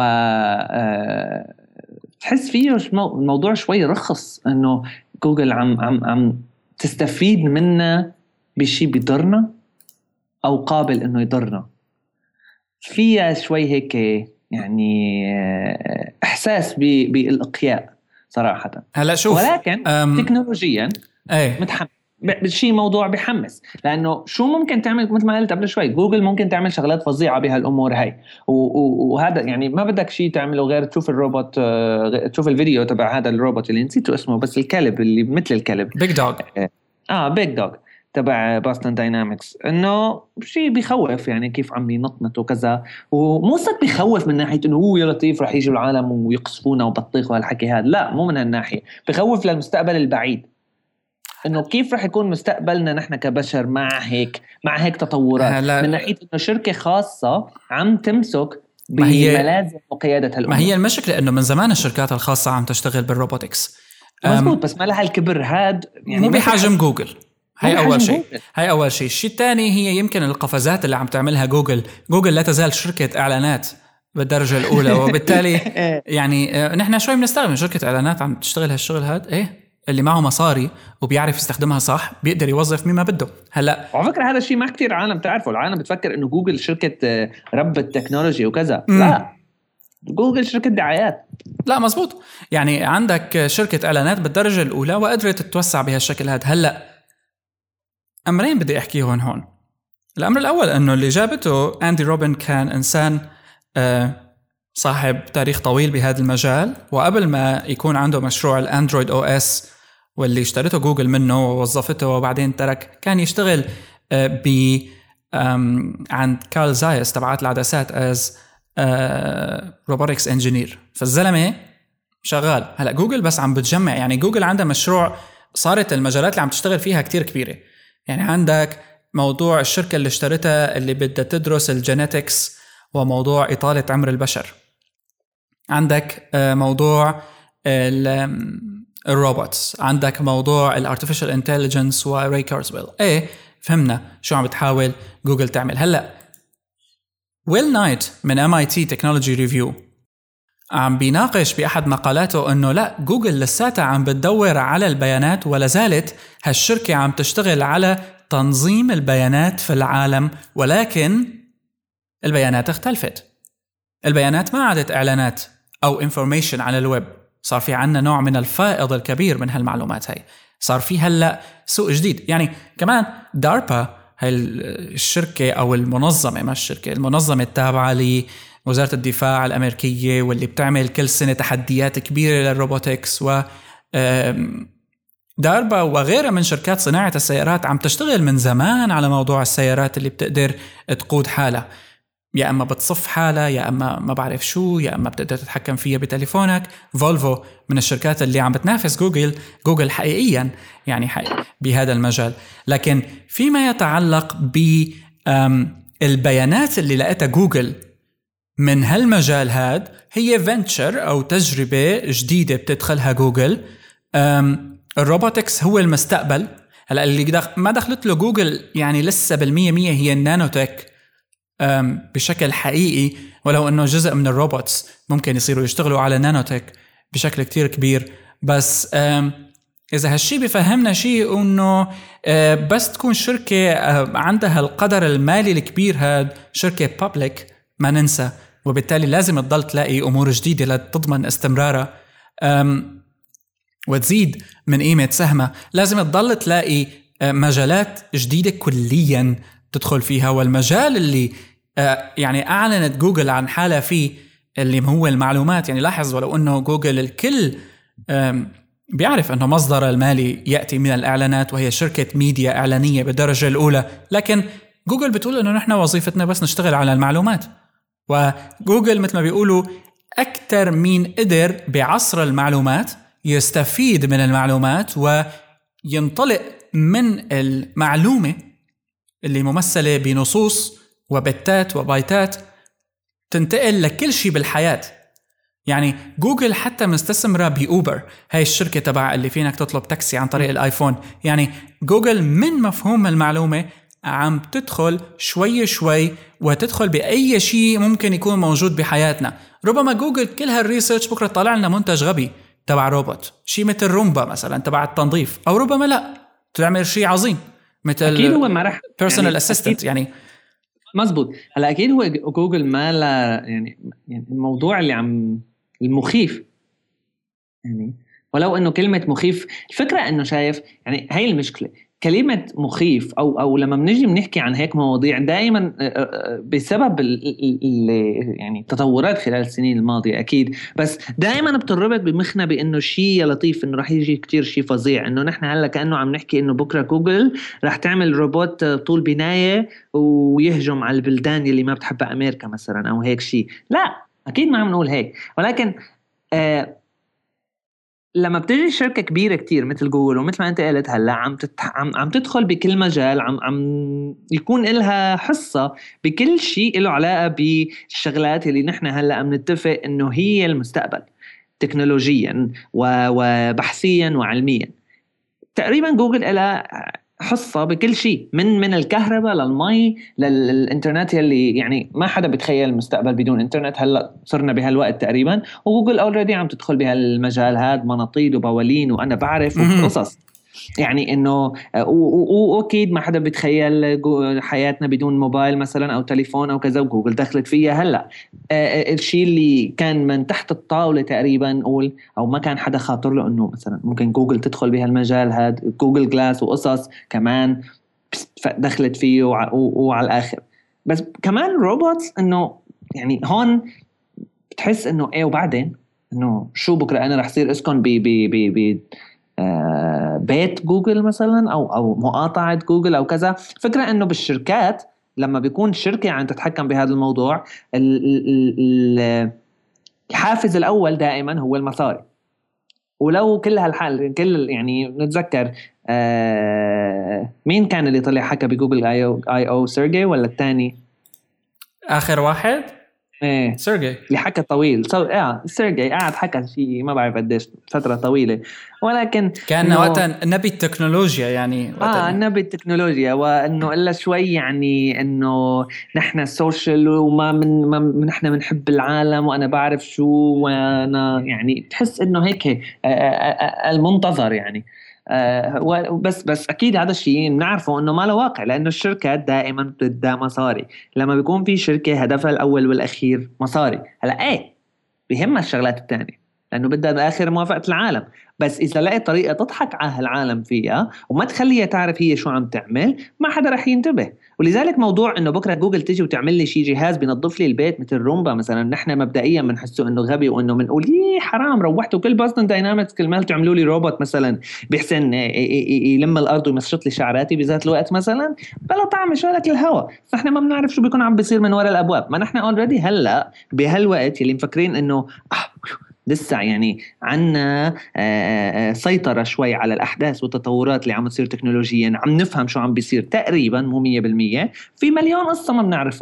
تحس فيه الموضوع شوي رخص، انه جوجل عم عم عم تستفيد منا بشي بيضرنا أو قابل إنه يضرنا. فيها شوي هيك يعني إحساس بالإقياء صراحة. هلا شوف، ولكن أم... تكنولوجيا ايه متحمس بشي موضوع بيحمس، لأنه شو ممكن تعمل مثل ما قلت قبل شوي، جوجل ممكن تعمل شغلات فظيعة بهالأمور هاي. وهذا يعني ما بدك شي تعمله غير تشوف الروبوت، تشوف الفيديو تبع هذا الروبوت اللي نسيته اسمه، بس الكلب اللي مثل الكلب، بيج دوغ. اه بيج دوغ تبع باستون داينامكس. انه شيء بيخوف يعني كيف عم ينطنط وكذا، ومو صدق بيخوف من ناحيه انه هو يا لطيف رح يجوا العالم ويقصفونا وبطيخ وهالحكي هذا، لا مو من هالناحيه. بيخوف للمستقبل البعيد، انه كيف رح يكون مستقبلنا نحن كبشر مع هيك مع هيك تطورات، من ناحيه انه شركه خاصه عم تمسك بملازم وقياده هالامور. ما هي المشكله انه من زمان الشركات الخاصه عم تشتغل بالروبوتكس مزبوط، بس ما لها الكبر هاد يعني، مو بحجم جوجل. هاي أول شيء هاي أول شيء الشيء الثاني هي يمكن القفزات اللي عم تعملها جوجل. جوجل لا تزال شركة إعلانات بالدرجة الأولى، وبالتالي يعني نحن شوي بنستغرب شركة إعلانات عم تشتغل هالشغل هاد. إيه اللي معه مصاري وبيعرف يستخدمها صح بيقدر يوظف مما بده. هلا على فكرة هذا الشيء ما كتير عالم تعرفه. العالم بتفكر إنه جوجل شركة رب التكنولوجيا وكذا. م. لا، جوجل شركة دعايات. لا مزبوط، يعني عندك شركة إعلانات بالدرجة الأولى وقدرت تتوسع بهالشكل هذا. هلا أمرين بدي أحكيهن هون. الأمر الأول أنه اللي جابته أندي روبن كان إنسان صاحب تاريخ طويل بهذا المجال، وقبل ما يكون عنده مشروع الأندرويد أو إس واللي اشترته جوجل منه ووظفته وبعدين ترك، كان يشتغل ب عند كارل زايس تبعات العدسات as روبوتكس انجينير. فالزلمة شغال. هلأ جوجل بس عم بتجمع، يعني جوجل عندها مشروع صارت المجالات اللي عم تشتغل فيها كتير كبيرة. يعني عندك موضوع الشركة اللي اشترتها اللي بدها تدرس الجينيتكس وموضوع إطالة عمر البشر. عندك موضوع الروبوتس، عندك موضوع الارتفيشال انتليجنس وري كارزويل. ايه فهمنا شو عم بتحاول جوجل تعمل. هلأ ويل نايت من إم آي تي Technology Review عم بيناقش بأحد مقالاته أنه لا، جوجل لساتها عم بتدور على البيانات، ولا زالت هالشركة عم تشتغل على تنظيم البيانات في العالم، ولكن البيانات اختلفت. البيانات ما عادت إعلانات أو information على الويب، صار في عنا نوع من الفائض الكبير من هالمعلومات هاي. صار في هلأ سوق جديد. يعني كمان داربا هاي الشركة أو المنظمة، ما الشركة، المنظمة التابعة لوزارة الدفاع الأمريكية، واللي بتعمل كل سنة تحديات كبيرة للروبوتكس، و داربا وغيرها من شركات صناعة السيارات عم تشتغل من زمان على موضوع السيارات اللي بتقدر تقود حالها، يا أما بتصف حالها، يا أما ما بعرف شو، يا أما بتقدر تتحكم فيها بتليفونك. فولفو من الشركات اللي عم بتنافس جوجل جوجل حقيقيا يعني حقيقي بهذا المجال. لكن فيما يتعلق بالبيانات اللي لقيتها جوجل من هالمجال هاد هي فينتشر أو تجربة جديدة بتدخلها جوجل. الروبوتكس هو المستقبل. هلا اللي دخ... ما دخلت له جوجل يعني لسه بالمية مية هي النانوتك بشكل حقيقي، ولو انه جزء من الروبوتس ممكن يصيروا يشتغلوا على نانوتك بشكل كتير كبير. بس اذا هالشي بيفهمنا شيء انه بس تكون شركة عندها القدر المالي الكبير، هاد شركة بابليك ما ننسى، وبالتالي لازم تضل تلاقي امور جديدة لتضمن استمرارها وتزيد من قيمة سهمة. لازم تضل تلاقي مجالات جديدة كليا تدخل فيها. والمجال اللي يعني أعلنت جوجل عن حالة فيه اللي هو المعلومات. يعني لاحظ ولو أنه جوجل الكل بيعرف أنه مصدر المالي يأتي من الإعلانات، وهي شركة ميديا إعلانية بالدرجة الأولى، لكن جوجل بتقول أنه نحن وظيفتنا بس نشتغل على المعلومات. وجوجل مثل ما بيقولوا أكتر مين قدر بعصر المعلومات يستفيد من المعلومات وينطلق من المعلومة اللي ممثلة بنصوص وبتات وبايتات تنتقل لكل شيء بالحياة. يعني جوجل حتى مستثمرة بأوبر، هاي الشركة تبع اللي فينك تطلب تاكسي عن طريق الآيفون. يعني جوجل من مفهوم المعلومة عم تدخل شوي شوي وتدخل بأي شيء ممكن يكون موجود بحياتنا. ربما جوجل كل هالريسيرش بكرة طالع لنا منتج غبي تبع روبوت، شيء مثل رومبا مثلا تبع التنظيف، أو ربما لا تعمل شيء عظيم مثل أكيد هو ما رح personal يعني assistant. يعني مزبوط. هلا أكيد هو جوجل ما لا يعني يعني الموضوع اللي عم المخيف، يعني ولو إنه كلمة مخيف، الفكرة إنه شايف يعني هاي المشكلة، كلمة مخيف أو أو لما بنجي بنحكي عن هيك مواضيع دائما بسبب يعني التطورات خلال السنين الماضية أكيد، بس دائما بتربط بمخنا بأنه شيء لطيف، إنه رح يجي كتير شيء فظيع، إنه نحن هلا كأنه عم نحكي إنه بكرة جوجل رح تعمل روبوت طول بناية ويهجم على البلدان اللي ما بتحبها أمريكا مثلا أو هيك شيء. لا أكيد ما عم نقول هيك، ولكن آه لما بتجي شركة كبيرة كتير مثل جوجل ومثل ما أنت قلت هلا عم تتح... عم عم تدخل بكل مجال، عم عم يكون إلها حصة بكل شيء له علاقة بالشغلات اللي نحن هلا عم نتفق إنه هي المستقبل تكنولوجيا وبحثيا وعلميا. تقريبا جوجل إلها حصة بكل شيء، من من الكهرباء للمي للإنترنت، يلي يعني ما حدا بيتخيل المستقبل بدون إنترنت. هلأ صرنا بهالوقت تقريبا، وجوجل أولريدي عم تدخل بهالمجال هاد، مناطيد وبوالين وأنا بعرف وقصص. يعني إنه وأكيد ما حدا بيتخيل حياتنا بدون موبايل مثلا أو تليفون أو كذا، وجوجل دخلت فيها. هلأ الشيء اللي كان من تحت الطاولة تقريبا نقول، أو ما كان حدا خاطر له إنه مثلا ممكن جوجل تدخل بهالمجال هاد، جوجل جلاس وقصص كمان دخلت فيه وعلى الآخر. بس كمان روبوتس إنه يعني هون بتحس إنه إيه وبعدين إنه شو بكرة أنا رح صير أسكن ب ب ب ب آه بيت جوجل مثلا أو أو مقاطعة جوجل أو كذا. فكرة إنه بالشركات لما بيكون شركة عم تتحكم بهذا الموضوع، الحافز الأول دائما هو المصاري. ولو كل هالحال كل يعني نتذكر آه مين كان اللي طلع حكى بجوجل اي او اي او سيرجي ولا الثاني آخر واحد؟ ايه سيرجي اللي حكى طويل. سو اه سيرجي قاعد حكى شيء ما بعرف قديش فترة طويلة، ولكن كان وقتا نبي التكنولوجيا يعني اه نبي التكنولوجيا، وانه الا شوي يعني انه نحن سوشيال وما من ما نحن بنحب العالم وانا بعرف شو، وانا يعني تحس انه هيك المنتظر يعني. آه بس بس اكيد هذا الشيء بنعرفه انه ما له واقع، لانه الشركات دائما بدها مصاري. لما بيكون في شركه هدفها الاول والاخير مصاري، هلا ايه بيهمها الشغلات الثانيه لانه بدها بالاخر موافقه العالم. بس اذا لقيت طريقه تضحك على العالم فيها وما تخليها تعرف هي شو عم تعمل، ما حدا رح ينتبه. ولذلك موضوع انه بكره جوجل تيجي وتعمل لي شيء جهاز بينظف لي البيت مثل رومبا مثلا، نحن مبدئيا بنحسه انه غبي، وانه بنقول يي حرام روحتوا كل بوستن داينامكس كل ما تعملوا لي روبوت مثلا بيحسن يلم الارض ويمشط لي شعراتي بذات الوقت مثلا، بلا طعم شو لك الهوا. نحن ما بنعرف شو بيكون عم بيصير من وراء الابواب. ما نحن اوريدي هلا بهالوقت اللي مفكرين انه آه لسه يعني عنا سيطرة شوي على الأحداث والتطورات اللي عم تصير تكنولوجيا، عم نفهم شو عم بيصير تقريبا مو مية بالمية، في مليون قصة ما بنعرفها.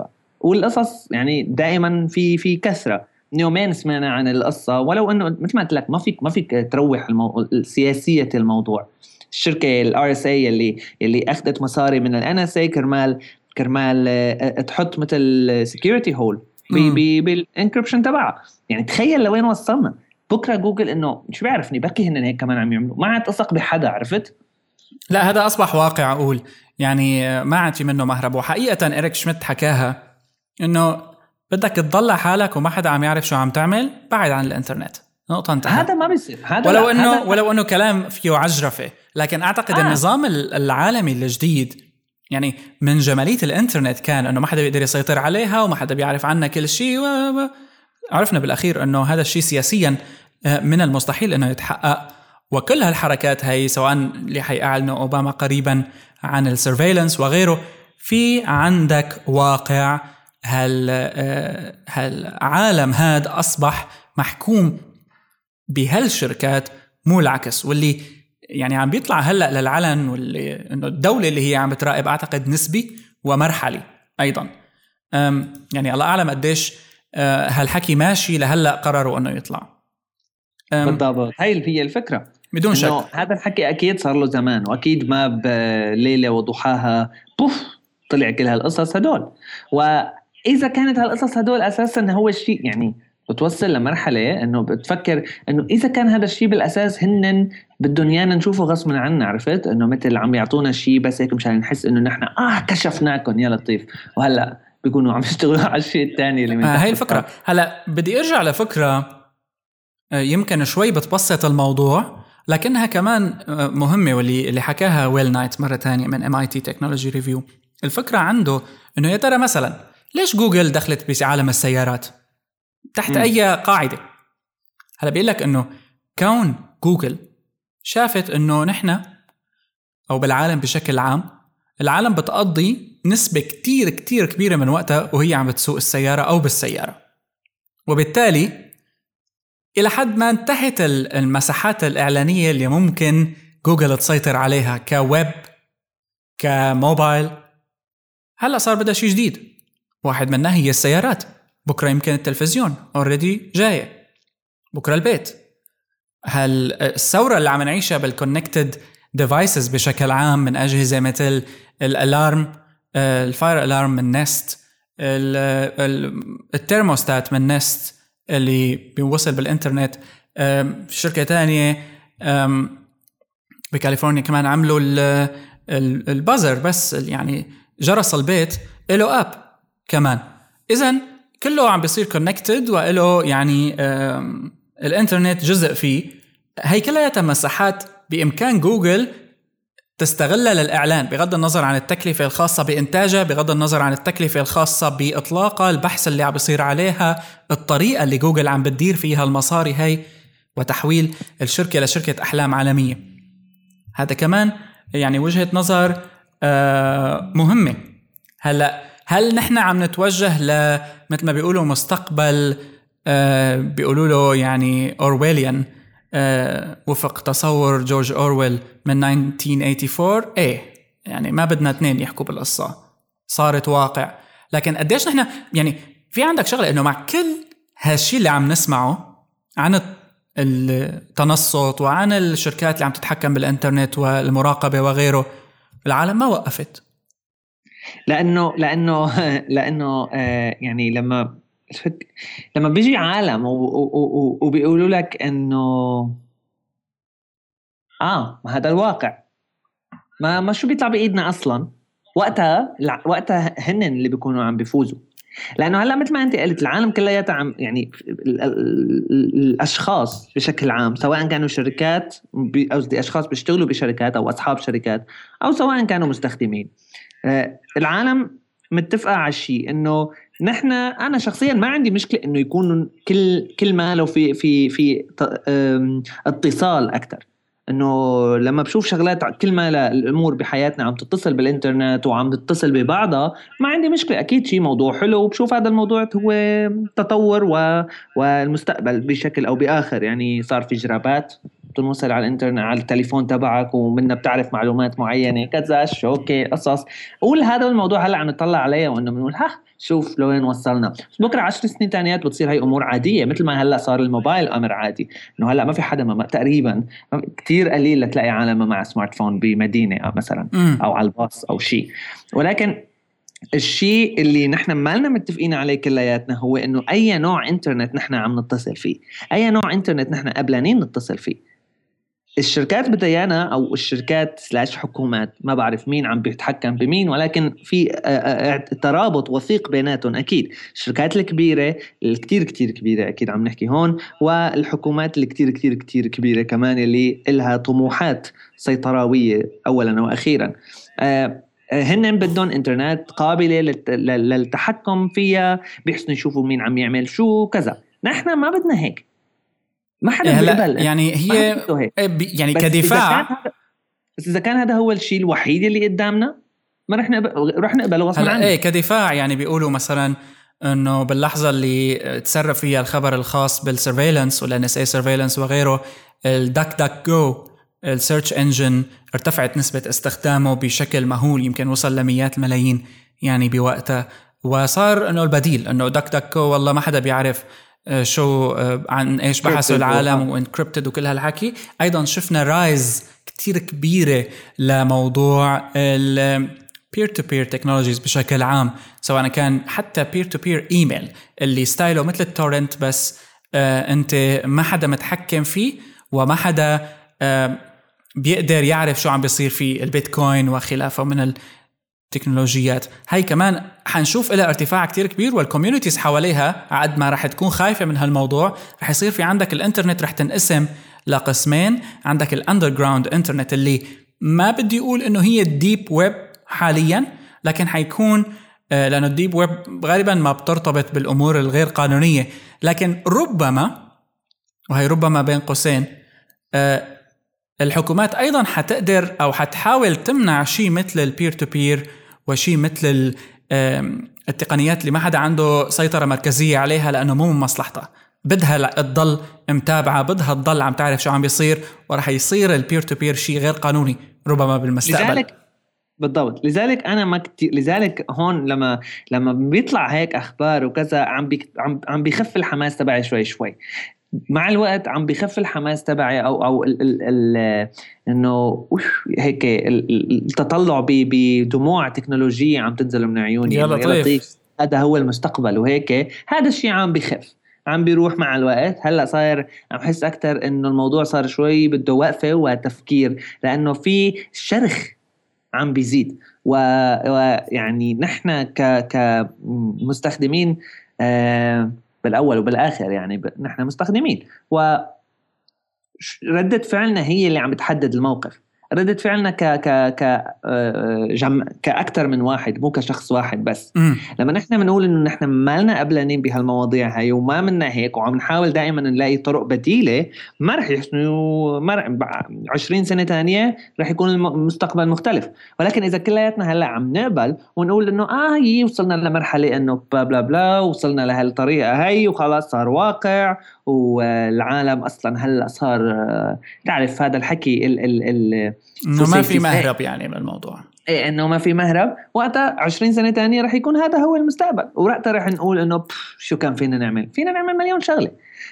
والقصص يعني دائما في في كثرة يومين سمعنا عن القصة، ولو انه مثل ما قلت لك ما فيك ما فيك تروح المو... سياسية الموضوع. الشركة الار اس اي اللي اللي اخذت مصاري من الان اس اي كرمال كرمال تحط مثل سكيورتي هول بالانكربشن تبعها. يعني تخيل لوين وصلنا. بكره جوجل انه شو بيعرفني بكي هن هيك كمان عم يعملوا، ما عاد اثق بحدا. عرفت؟ لا هذا اصبح واقع اقول، يعني ما عاد في منه مهرب. وحقيقة إريك شميت حكاها إنه بدك تضل حالك وما حدا عم يعرف شو عم تعمل، بعد عن الانترنت، نقطة انتهى. هذا ما بيصير. هذا ولو انه ولو انه كلام فيه عجرفة، لكن اعتقد آه. النظام العالمي الجديد يعني من جمالية الانترنت كان انه ما حدا بيقدر يسيطر عليها وما حدا بيعرف عنها كل شيء. وعرفنا بالاخير انه هذا الشيء سياسيا من المستحيل انه يتحقق. وكل هالحركات هاي سواء اللي حيعلنوا اوباما قريبا عن السيرفيلنس وغيره، في عندك واقع هال هالعالم هذا أصبح محكوم بهالشركات مو العكس. واللي يعني عم بيطلع هلأ للعلن واللي إنه الدولة اللي هي عم بتراقب أعتقد نسبي ومرحلي أيضا. يعني الله أعلم قديش هالحكي ماشي لهلأ قرروا إنه يطلع. بالضبط، هاي هي الفكرة بدون شك. هذا الحكي أكيد صار له زمان، وأكيد ما بليلة وضحاها بوف طلع كل هالقصص هدول. وإذا كانت هالقصص هدول أساساً هو الشيء يعني بتوصل لمرحلة إنه بتفكر إنه إذا كان هذا الشيء بالأساس هنن بدهم يانا نشوفه غصباً عنا. عرفت؟ إنه مثل عم يعطونا شيء بس هيك مشان نحس إنه نحن آه كشفناكم يا لطيف، وهلأ بيكونوا عم يشتغلوا على الشيء الثاني اللي من آه هاي الفكرة. هلأ بدي أرجع لفكرة يمكن شوي بتبسط الموضوع لكنها كمان مهمة، واللي اللي حكاها ويل نايت مرة تانية من إم آي تي Technology Review. الفكرة عنده إنه يا ترى مثلا ليش جوجل دخلت بعالم السيارات تحت م. أي قاعدة؟ هلا بيقول لك إنه كون جوجل شافت إنه نحن أو بالعالم بشكل عام العالم بتقضي نسبة كتير كتير كبيرة من وقتها وهي عم بتسوق السيارة أو بالسيارة، وبالتالي إلى حد ما انتهت المساحات الإعلانية اللي ممكن جوجل تسيطر عليها كويب كموبايل. هلأ صار بدأ شيء جديد، واحد منها هي السيارات، بكرة يمكن التلفزيون already جاية، بكرة البيت. هالثورة اللي عم نعيشها بالconnected devices بشكل عام من أجهزة مثل الألارم، الفاير ألارم من نست، الترموستات من نست اللي بيوصل بالإنترنت. شركة تانية بكاليفورنيا كمان عملوا البازر، بس يعني جرس البيت له أب كمان. إذن كله عم بيصير كونكتد وله يعني الإنترنت جزء فيه. هي كلها مساحات بإمكان جوجل تستغلها للإعلان بغض النظر عن التكلفة الخاصة بإنتاجها، بغض النظر عن التكلفة الخاصة بإطلاقها، البحث اللي عم بيصير عليها، الطريقة اللي جوجل عم بتدير فيها المصاري هاي وتحويل الشركة لشركة أحلام عالمية. هذا كمان يعني وجهة نظر مهمة. هلأ هل نحن عم نتوجه ل مثل ما بيقولوا مستقبل بيقولوا له يعني أورويليان وفق تصور جورج أورويل من ألف وتسعمية وثمانية وثمانين؟ ايه يعني ما بدنا اثنين يحكوا بالقصة، صارت واقع. لكن قديش نحن يعني في عندك شغلة انه مع كل هالشي اللي عم نسمعه عن التنصت وعن الشركات اللي عم تتحكم بالإنترنت والمراقبة وغيره، العالم ما وقفت. لأنه لأنه لأنه آه يعني لما لما بيجي عالم وبيقولوا لك إنه آه ما هذا الواقع، ما ما شو بيطلع بإيدنا أصلاً، وقتها وقتها هن اللي بيكونوا عم بيفوزوا. لأنه هلا مثل ما أنت قلت العالم كله عم يعني الأشخاص بشكل عام سواء كانوا شركات أو أشخاص بيشتغلوا بشركات أو أصحاب شركات أو سواء كانوا مستخدمين، العالم متفقة على الشيء إنه نحن أنا شخصيا ما عندي مشكلة إنه يكون كل كل ما لو في في في اتصال أكتر. إنه لما بشوف شغلات كل ما الأمور بحياتنا عم تتصل بالإنترنت وعم تتصل ببعضها ما عندي مشكلة، أكيد شيء موضوع حلو، وبشوف هذا الموضوع هو تطور و والمستقبل بشكل أو بآخر. يعني صار في جرابات بتنوصل على الانترنت على التليفون تبعك ومنها بتعرف معلومات معينة كذا شو اوكي قصص. قول هذا الموضوع هلا عم نطلع عليه وانه بنقول ها شوف لوين وصلنا، بس بكره عشر سنين تانيات بتصير هاي امور عاديه، مثل ما هلا صار الموبايل امر عادي، انه هلا ما في حدا ما تقريبا كتير قليل لتلاقي عالم مع سمارت فون بمدينه مثلا او على الباص او شيء. ولكن الشيء اللي نحن ما لنا متفقين عليه كلياتنا هو انه اي نوع انترنت نحن عم نتصل فيه، اي نوع انترنت نحن قبلانين نتصل فيه. الشركات بديانا او الشركات سلاش حكومات ما بعرف مين عم بيتحكم بمين، ولكن في ترابط وثيق بيناتهم اكيد. الشركات الكبيره الكتير كتير كبيره اكيد عم نحكي هون، والحكومات الكتير كتير كتير كبيره كمان اللي إلها طموحات سيطراويه اولا واخيرا. هن بدهم انترنت قابله للتحكم فيها، بيحسنوا يشوفوا مين عم يعمل شو كذا. نحن ما بدنا هيك، ما حدا بيقبل يعني هي يعني كدفاع. بس إذا كان هذا هو الشيء الوحيد اللي قدامنا ما رح نقبل، رح نقبله غصب عننا. إيه كدفاع يعني بيقولوا مثلا إنه باللحظة اللي تسرب فيها الخبر الخاص بالسيرفيلانس ولا إن إس إيه سيرفيلانس وغيره، الدك دك جو السيرش انجن ارتفعت نسبة استخدامه بشكل مهول، يمكن وصل لمئات الملايين يعني بوقتها. وصار إنه البديل إنه دك دك جو والله ما حدا بيعرف شو عن إيش بحثوا العالم وانكريبتد وكل هالحكي. أيضا شفنا رايز كتير كبيرة لموضوع ال peer to peer technologies بشكل عام، سواء كان حتى peer to peer email اللي ستايله مثل التورنت، بس آه أنت ما حدا متحكم فيه وما حدا آه بيقدر يعرف شو عم بيصير في البيتكوين وخلافه من التكنولوجيات هاي. كمان حنشوف إلى ارتفاع كتير كبير، والكوميونيتيز حواليها عد ما رح تكون خايفة من هالموضوع. رح يصير في عندك الانترنت رح تنقسم لقسمين، عندك الاندرجراوند انترنت اللي ما بدي يقول انه هي الديب ويب حاليا، لكن حيكون آه لأنه الديب ويب غالبا ما بترتبط بالأمور الغير قانونية، لكن ربما وهي ربما بين قوسين آه الحكومات أيضا حتقدر أو حتحاول تمنع شيء مثل البير تو بير وشيء مثل التقنيات اللي ما حدا عنده سيطرة مركزية عليها، لأنه مو من مصلحتها. بدها تضل متابعة، بدها تضل عم تعرف شو عم بيصير، ورح يصير البير تو بير شيء غير قانوني ربما بالمستقبل. لذلك بالضبط، لذلك أنا ما كتير، لذلك هون لما لما بيطلع هيك أخبار وكذا عم بي عم عم بيخف الحماس تبعي شوي شوي. مع الوقت عم بيخف الحماس تبعي او او ال ال ال انه هيك التطلع بدموع تكنولوجيه عم تنزل من عيوني. يا لطيف هذا هو المستقبل، وهيك هذا الشيء عم بيخف، عم بيروح مع الوقت. هلا صاير عم حس اكثر انه الموضوع صار شوي بده وقفه وتفكير، لانه في شرخ عم بيزيد. ويعني نحن ك كمستخدمين آه بالأول وبالآخر يعني ب... نحن مستخدمين، وردة فعلنا هي اللي عم بتحدد الموقف. ردة فعلنا ك ك ك جم... كأكثر من واحد، مو كشخص واحد بس. م. لما نحن بنقول إنه نحن ما لنا قبلانين بهالمواضيع هاي وما منا هيك، وعم نحاول دائما نلاقي طرق بديلة، ما رح يحسنوا مر... عشرين سنة تانية رح يكون المستقبل مختلف. ولكن إذا كلياتنا هلا عم نقبل ونقول إنه آه هي وصلنا لمرحلة إنه بلا بلا بلا وصلنا لهالطريقة هاي وخلاص صار واقع، والعالم أصلا هلا صار تعرف هذا الحكي ال ال ال إنه ما في مهرب يعني من الموضوع. إيه إنه ما في مهرب. وقتها عشرين سنة تانية رح يكون هذا هو المستقبل، ووقتها رح نقول إنه شو كان فينا نعمل فينا نعمل مليون شغلة.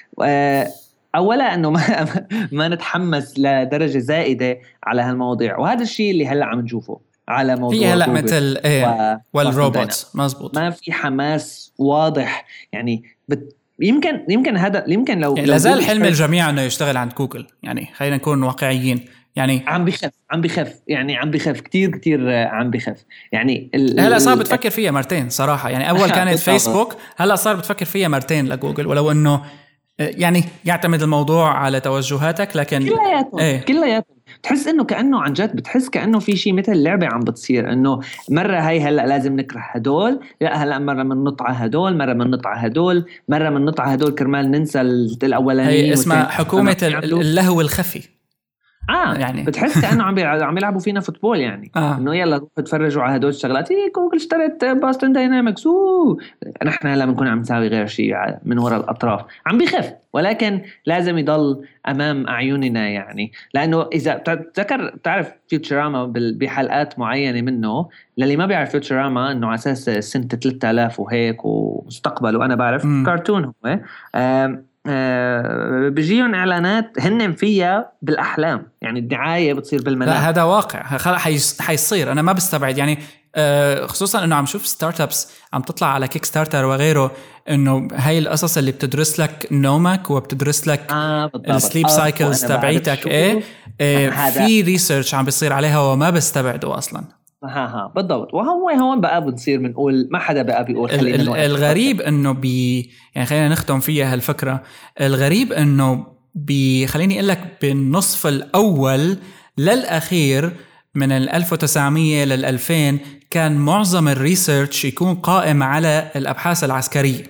أولا إنه ما ما نتحمس لدرجة زائدة على هالمواضيع، وهذا الشيء اللي هلا عم نشوفه على موضوع هي هلا مثل إيه والروبوت. مزبوط، ما في حماس واضح يعني. بت يمكن يمكن هذا يمكن لو يعني لازال حلم الجميع انه يشتغل عند جوجل، يعني خلينا نكون واقعيين. يعني عم بخف عم بخف يعني عم بخف كتير كتير عم بخف يعني. هلا صار بتفكر فيها مرتين صراحة، يعني أول كانت فيسبوك، هلا صار بتفكر فيها مرتين لجوجل، ولو إنه يعني يعتمد الموضوع على توجهاتك، لكن كلياتهم ايه كلياتهم تحس انه كانه عن جد، بتحس كانه في شيء مثل لعبه عم بتصير، انه مره هاي هلا لازم نكره هدول، لا هلا مره من نطع هدول، مره من نطع هدول، مره من نطع هدول كرمال ننسى الاولانيين. هي اسمها حكومه اللهو الخفي. اه يعني بتحس كانه عم عم يلعبوا فينا فوتبول يعني آه. انه يلا روحوا تفرجوا على هدول الشغلات. إيه جوجل اشترت باستون داينامكس، نحن هلا بنكون عم نساوي غير شيء من وراء الاطراف، عم بيخف ولكن لازم يضل امام اعيننا يعني. لانه اذا تذكر تعرف فيوتشراما بحلقات معينه منه، للي ما بيعرف فيوتشراما انه على اساس سنه ثلاثة آلاف وهيك ومستقبل، وانا بعرف م. كرتون هو آه أه بيجيهم اعلانات هن فيها بالاحلام، يعني الدعايه بتصير بالمنام. لا هذا واقع حيصير، انا ما بستبعد يعني أه خصوصا انه عم شوف ستارت ابس عم تطلع على كيك ستارتر وغيره، انه هاي القصص اللي بتدرس لك نومك وبتدرس لك آه السليب سايكلز تبعيتك. ايه, إيه في ريسيرش عم بيصير عليها وما بستبعده اصلا. ها ها بالضبط. وهو هون بقى بنصير بنقول ما حدا بقى بيقول خلينا نوقف. الغريب انه بي يعني خلينا نختم فيها هالفكره. الغريب انه بي خليني اقول لك بالنصف الاول للاخير من ألف وتسعمية لل ألفين كان معظم الريسيرش يكون قائم على الابحاث العسكريه.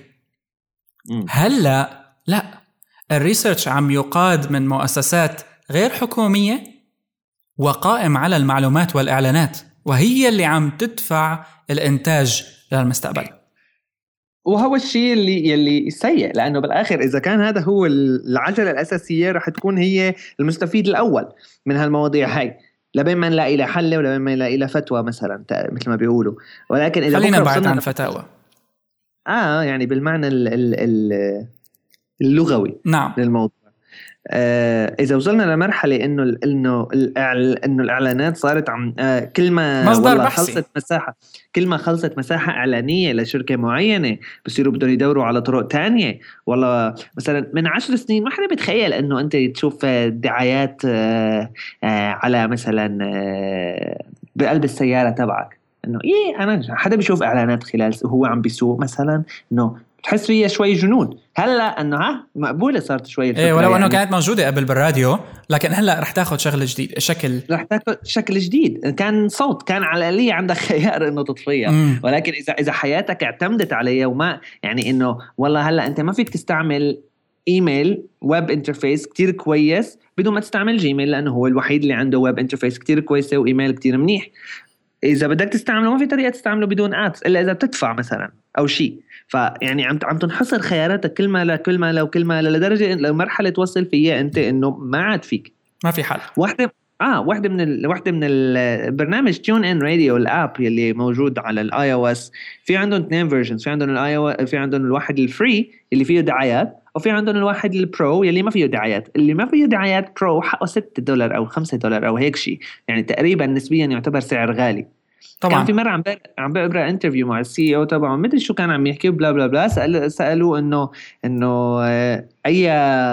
هلا لا، الريسيرش عم يقاد من مؤسسات غير حكوميه وقائم على المعلومات والاعلانات، وهي اللي عم تدفع الانتاج للمستقبل. وهو الشيء اللي يلي سيء، لانه بالاخر اذا كان هذا هو العجله الاساسيه رح تكون هي المستفيد الاول من هالمواضيع هاي، لبين ما نلاقي لها حل ولبين ما نلاقي لها فتوى مثلا مثل ما بيقولوا. ولكن اذا خلينا بعد عن فتاوى اه يعني بالمعنى اللغوي نعم للموضوع. آه إذا وصلنا لمرحلة إنه إنه إنه الإعلانات صارت عم آه كل ما مصدر بحثي، خلصت مساحة كل ما خلصت مساحة إعلانية لشركة معينة بصيروا بدهم يدوروا على طرق تانية. والله مثلا من عشر سنين ما حدا بيتخيل إنه أنت تشوف دعايات آه آه على مثلا آه بقلب السيارة تبعك، إنه إيه أنا حدا بيشوف إعلانات خلال وهو عم بيسوق مثلا، إنه تحس فيها شوي جنون. هلا انه ها مقبوله صارت شوي الفكره. إيه ولو يعني انه كانت موجوده قبل بالراديو، لكن هلا رح تاخذ شغل جديد، شكل رح تاخذ شكل جديد. كان صوت، كان على الآلية عندك خيار انه تطفيها، ولكن اذا اذا حياتك اعتمدت عليها وما يعني انه والله هلا انت ما فيك تستعمل ايميل ويب انترفيس كتير كويس بدون ما تستعمل جيميل، لانه هو الوحيد اللي عنده ويب انترفيس كتير كويسه وايميل كتير منيح. اذا بدك تستعمله ما في طريقه تستعمله بدون ادز الا اذا بتدفع مثلا او شيء. فيعني عم عم تنحصر خياراتك كل ما لا كل ما لو كل ما لدرجه لمرحله توصل فيها انت انه ما عاد فيك، ما في حل. واحده اه واحده من ال... واحده من البرنامج تيون ان راديو الاب اللي موجود على الاي او اس، في عندهم اثنين فيرجنز. في عندهم الاي في عندهم الواحد الفري اللي فيه دعايات، وفي عندهم الواحد البرو يلي ما فيه دعايات. اللي ما فيه دعايات برو حقه ستة دولار او خمسة دولار او هيك شيء، يعني تقريبا نسبيا يعتبر سعر غالي طبعا. كان في مره عم عم بقرا انترفيو مع السي او تبعه، مدري شو كان عم يحكي بلا بلا بلا، سأل سالوه انه انه اي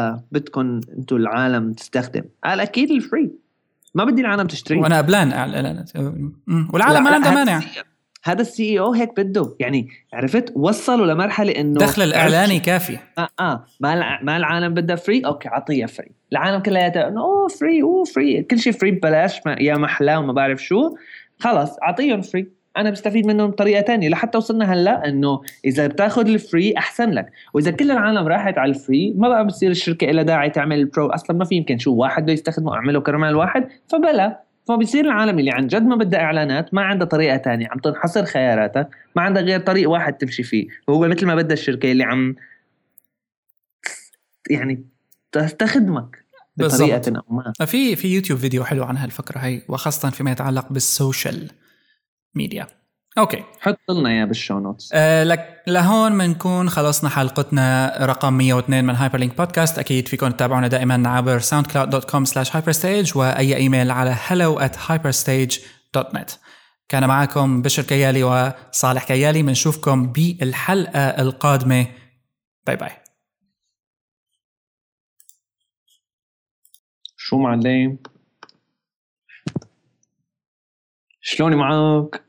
بدكم انتم العالم تستخدم؟ قال اكيد الفري، ما بدي العالم تشتري، وانا قبلان اعلانات والعالم ما عنده مانع. هذا السي او هيك بده يعني، عرفت وصلوا لمرحله انه دخل الاعلاني كافي. اه اه ما ما العالم بدها فري، اوكي عطيها فري. العالم كلها انه اوه فري اوه فري كل شيء فري ببلاش يا محلاه وما بعرف شو، خلاص اعطيهم فري، انا بستفيد منهم بطريقه تانية. لحتى وصلنا هلا انه اذا بتاخذ الفري احسن لك، واذا كل العالم راحت على الفري ما بقى بتصير الشركه لها داعي تعمل البرو اصلا. ما في يمكن شو واحد بده يستخدمه اعمله كرمال واحد، فبلا فبيصير العالم اللي عن جد ما بدها اعلانات ما عنده طريقه تانية، عم تنحصر خياراتك، ما عندها غير طريق واحد تمشي فيه، وهو مثل ما بدها الشركه اللي عم يعني تستخدمك بطريقه او ما. في في يوتيوب فيديو حلو عن هالفكره هي، وخاصه فيما يتعلق بالسوشيال ميديا. اوكي حط لنا اياه بالشو نوتس. أه لك لهون بنكون خلصنا حلقتنا رقم مية واثنين من هايبر لينك بودكاست. اكيد فيكم تتابعونا دائما عبر ساوند كلاود دوت كوم سلاش هايبرستيج واي ايميل على hello at hyperstage دوت net. كان معكم بشر كيالي وصالح كيالي، بنشوفكم بالحلقه القادمه. باي باي. شو معلم؟ شلوني معك؟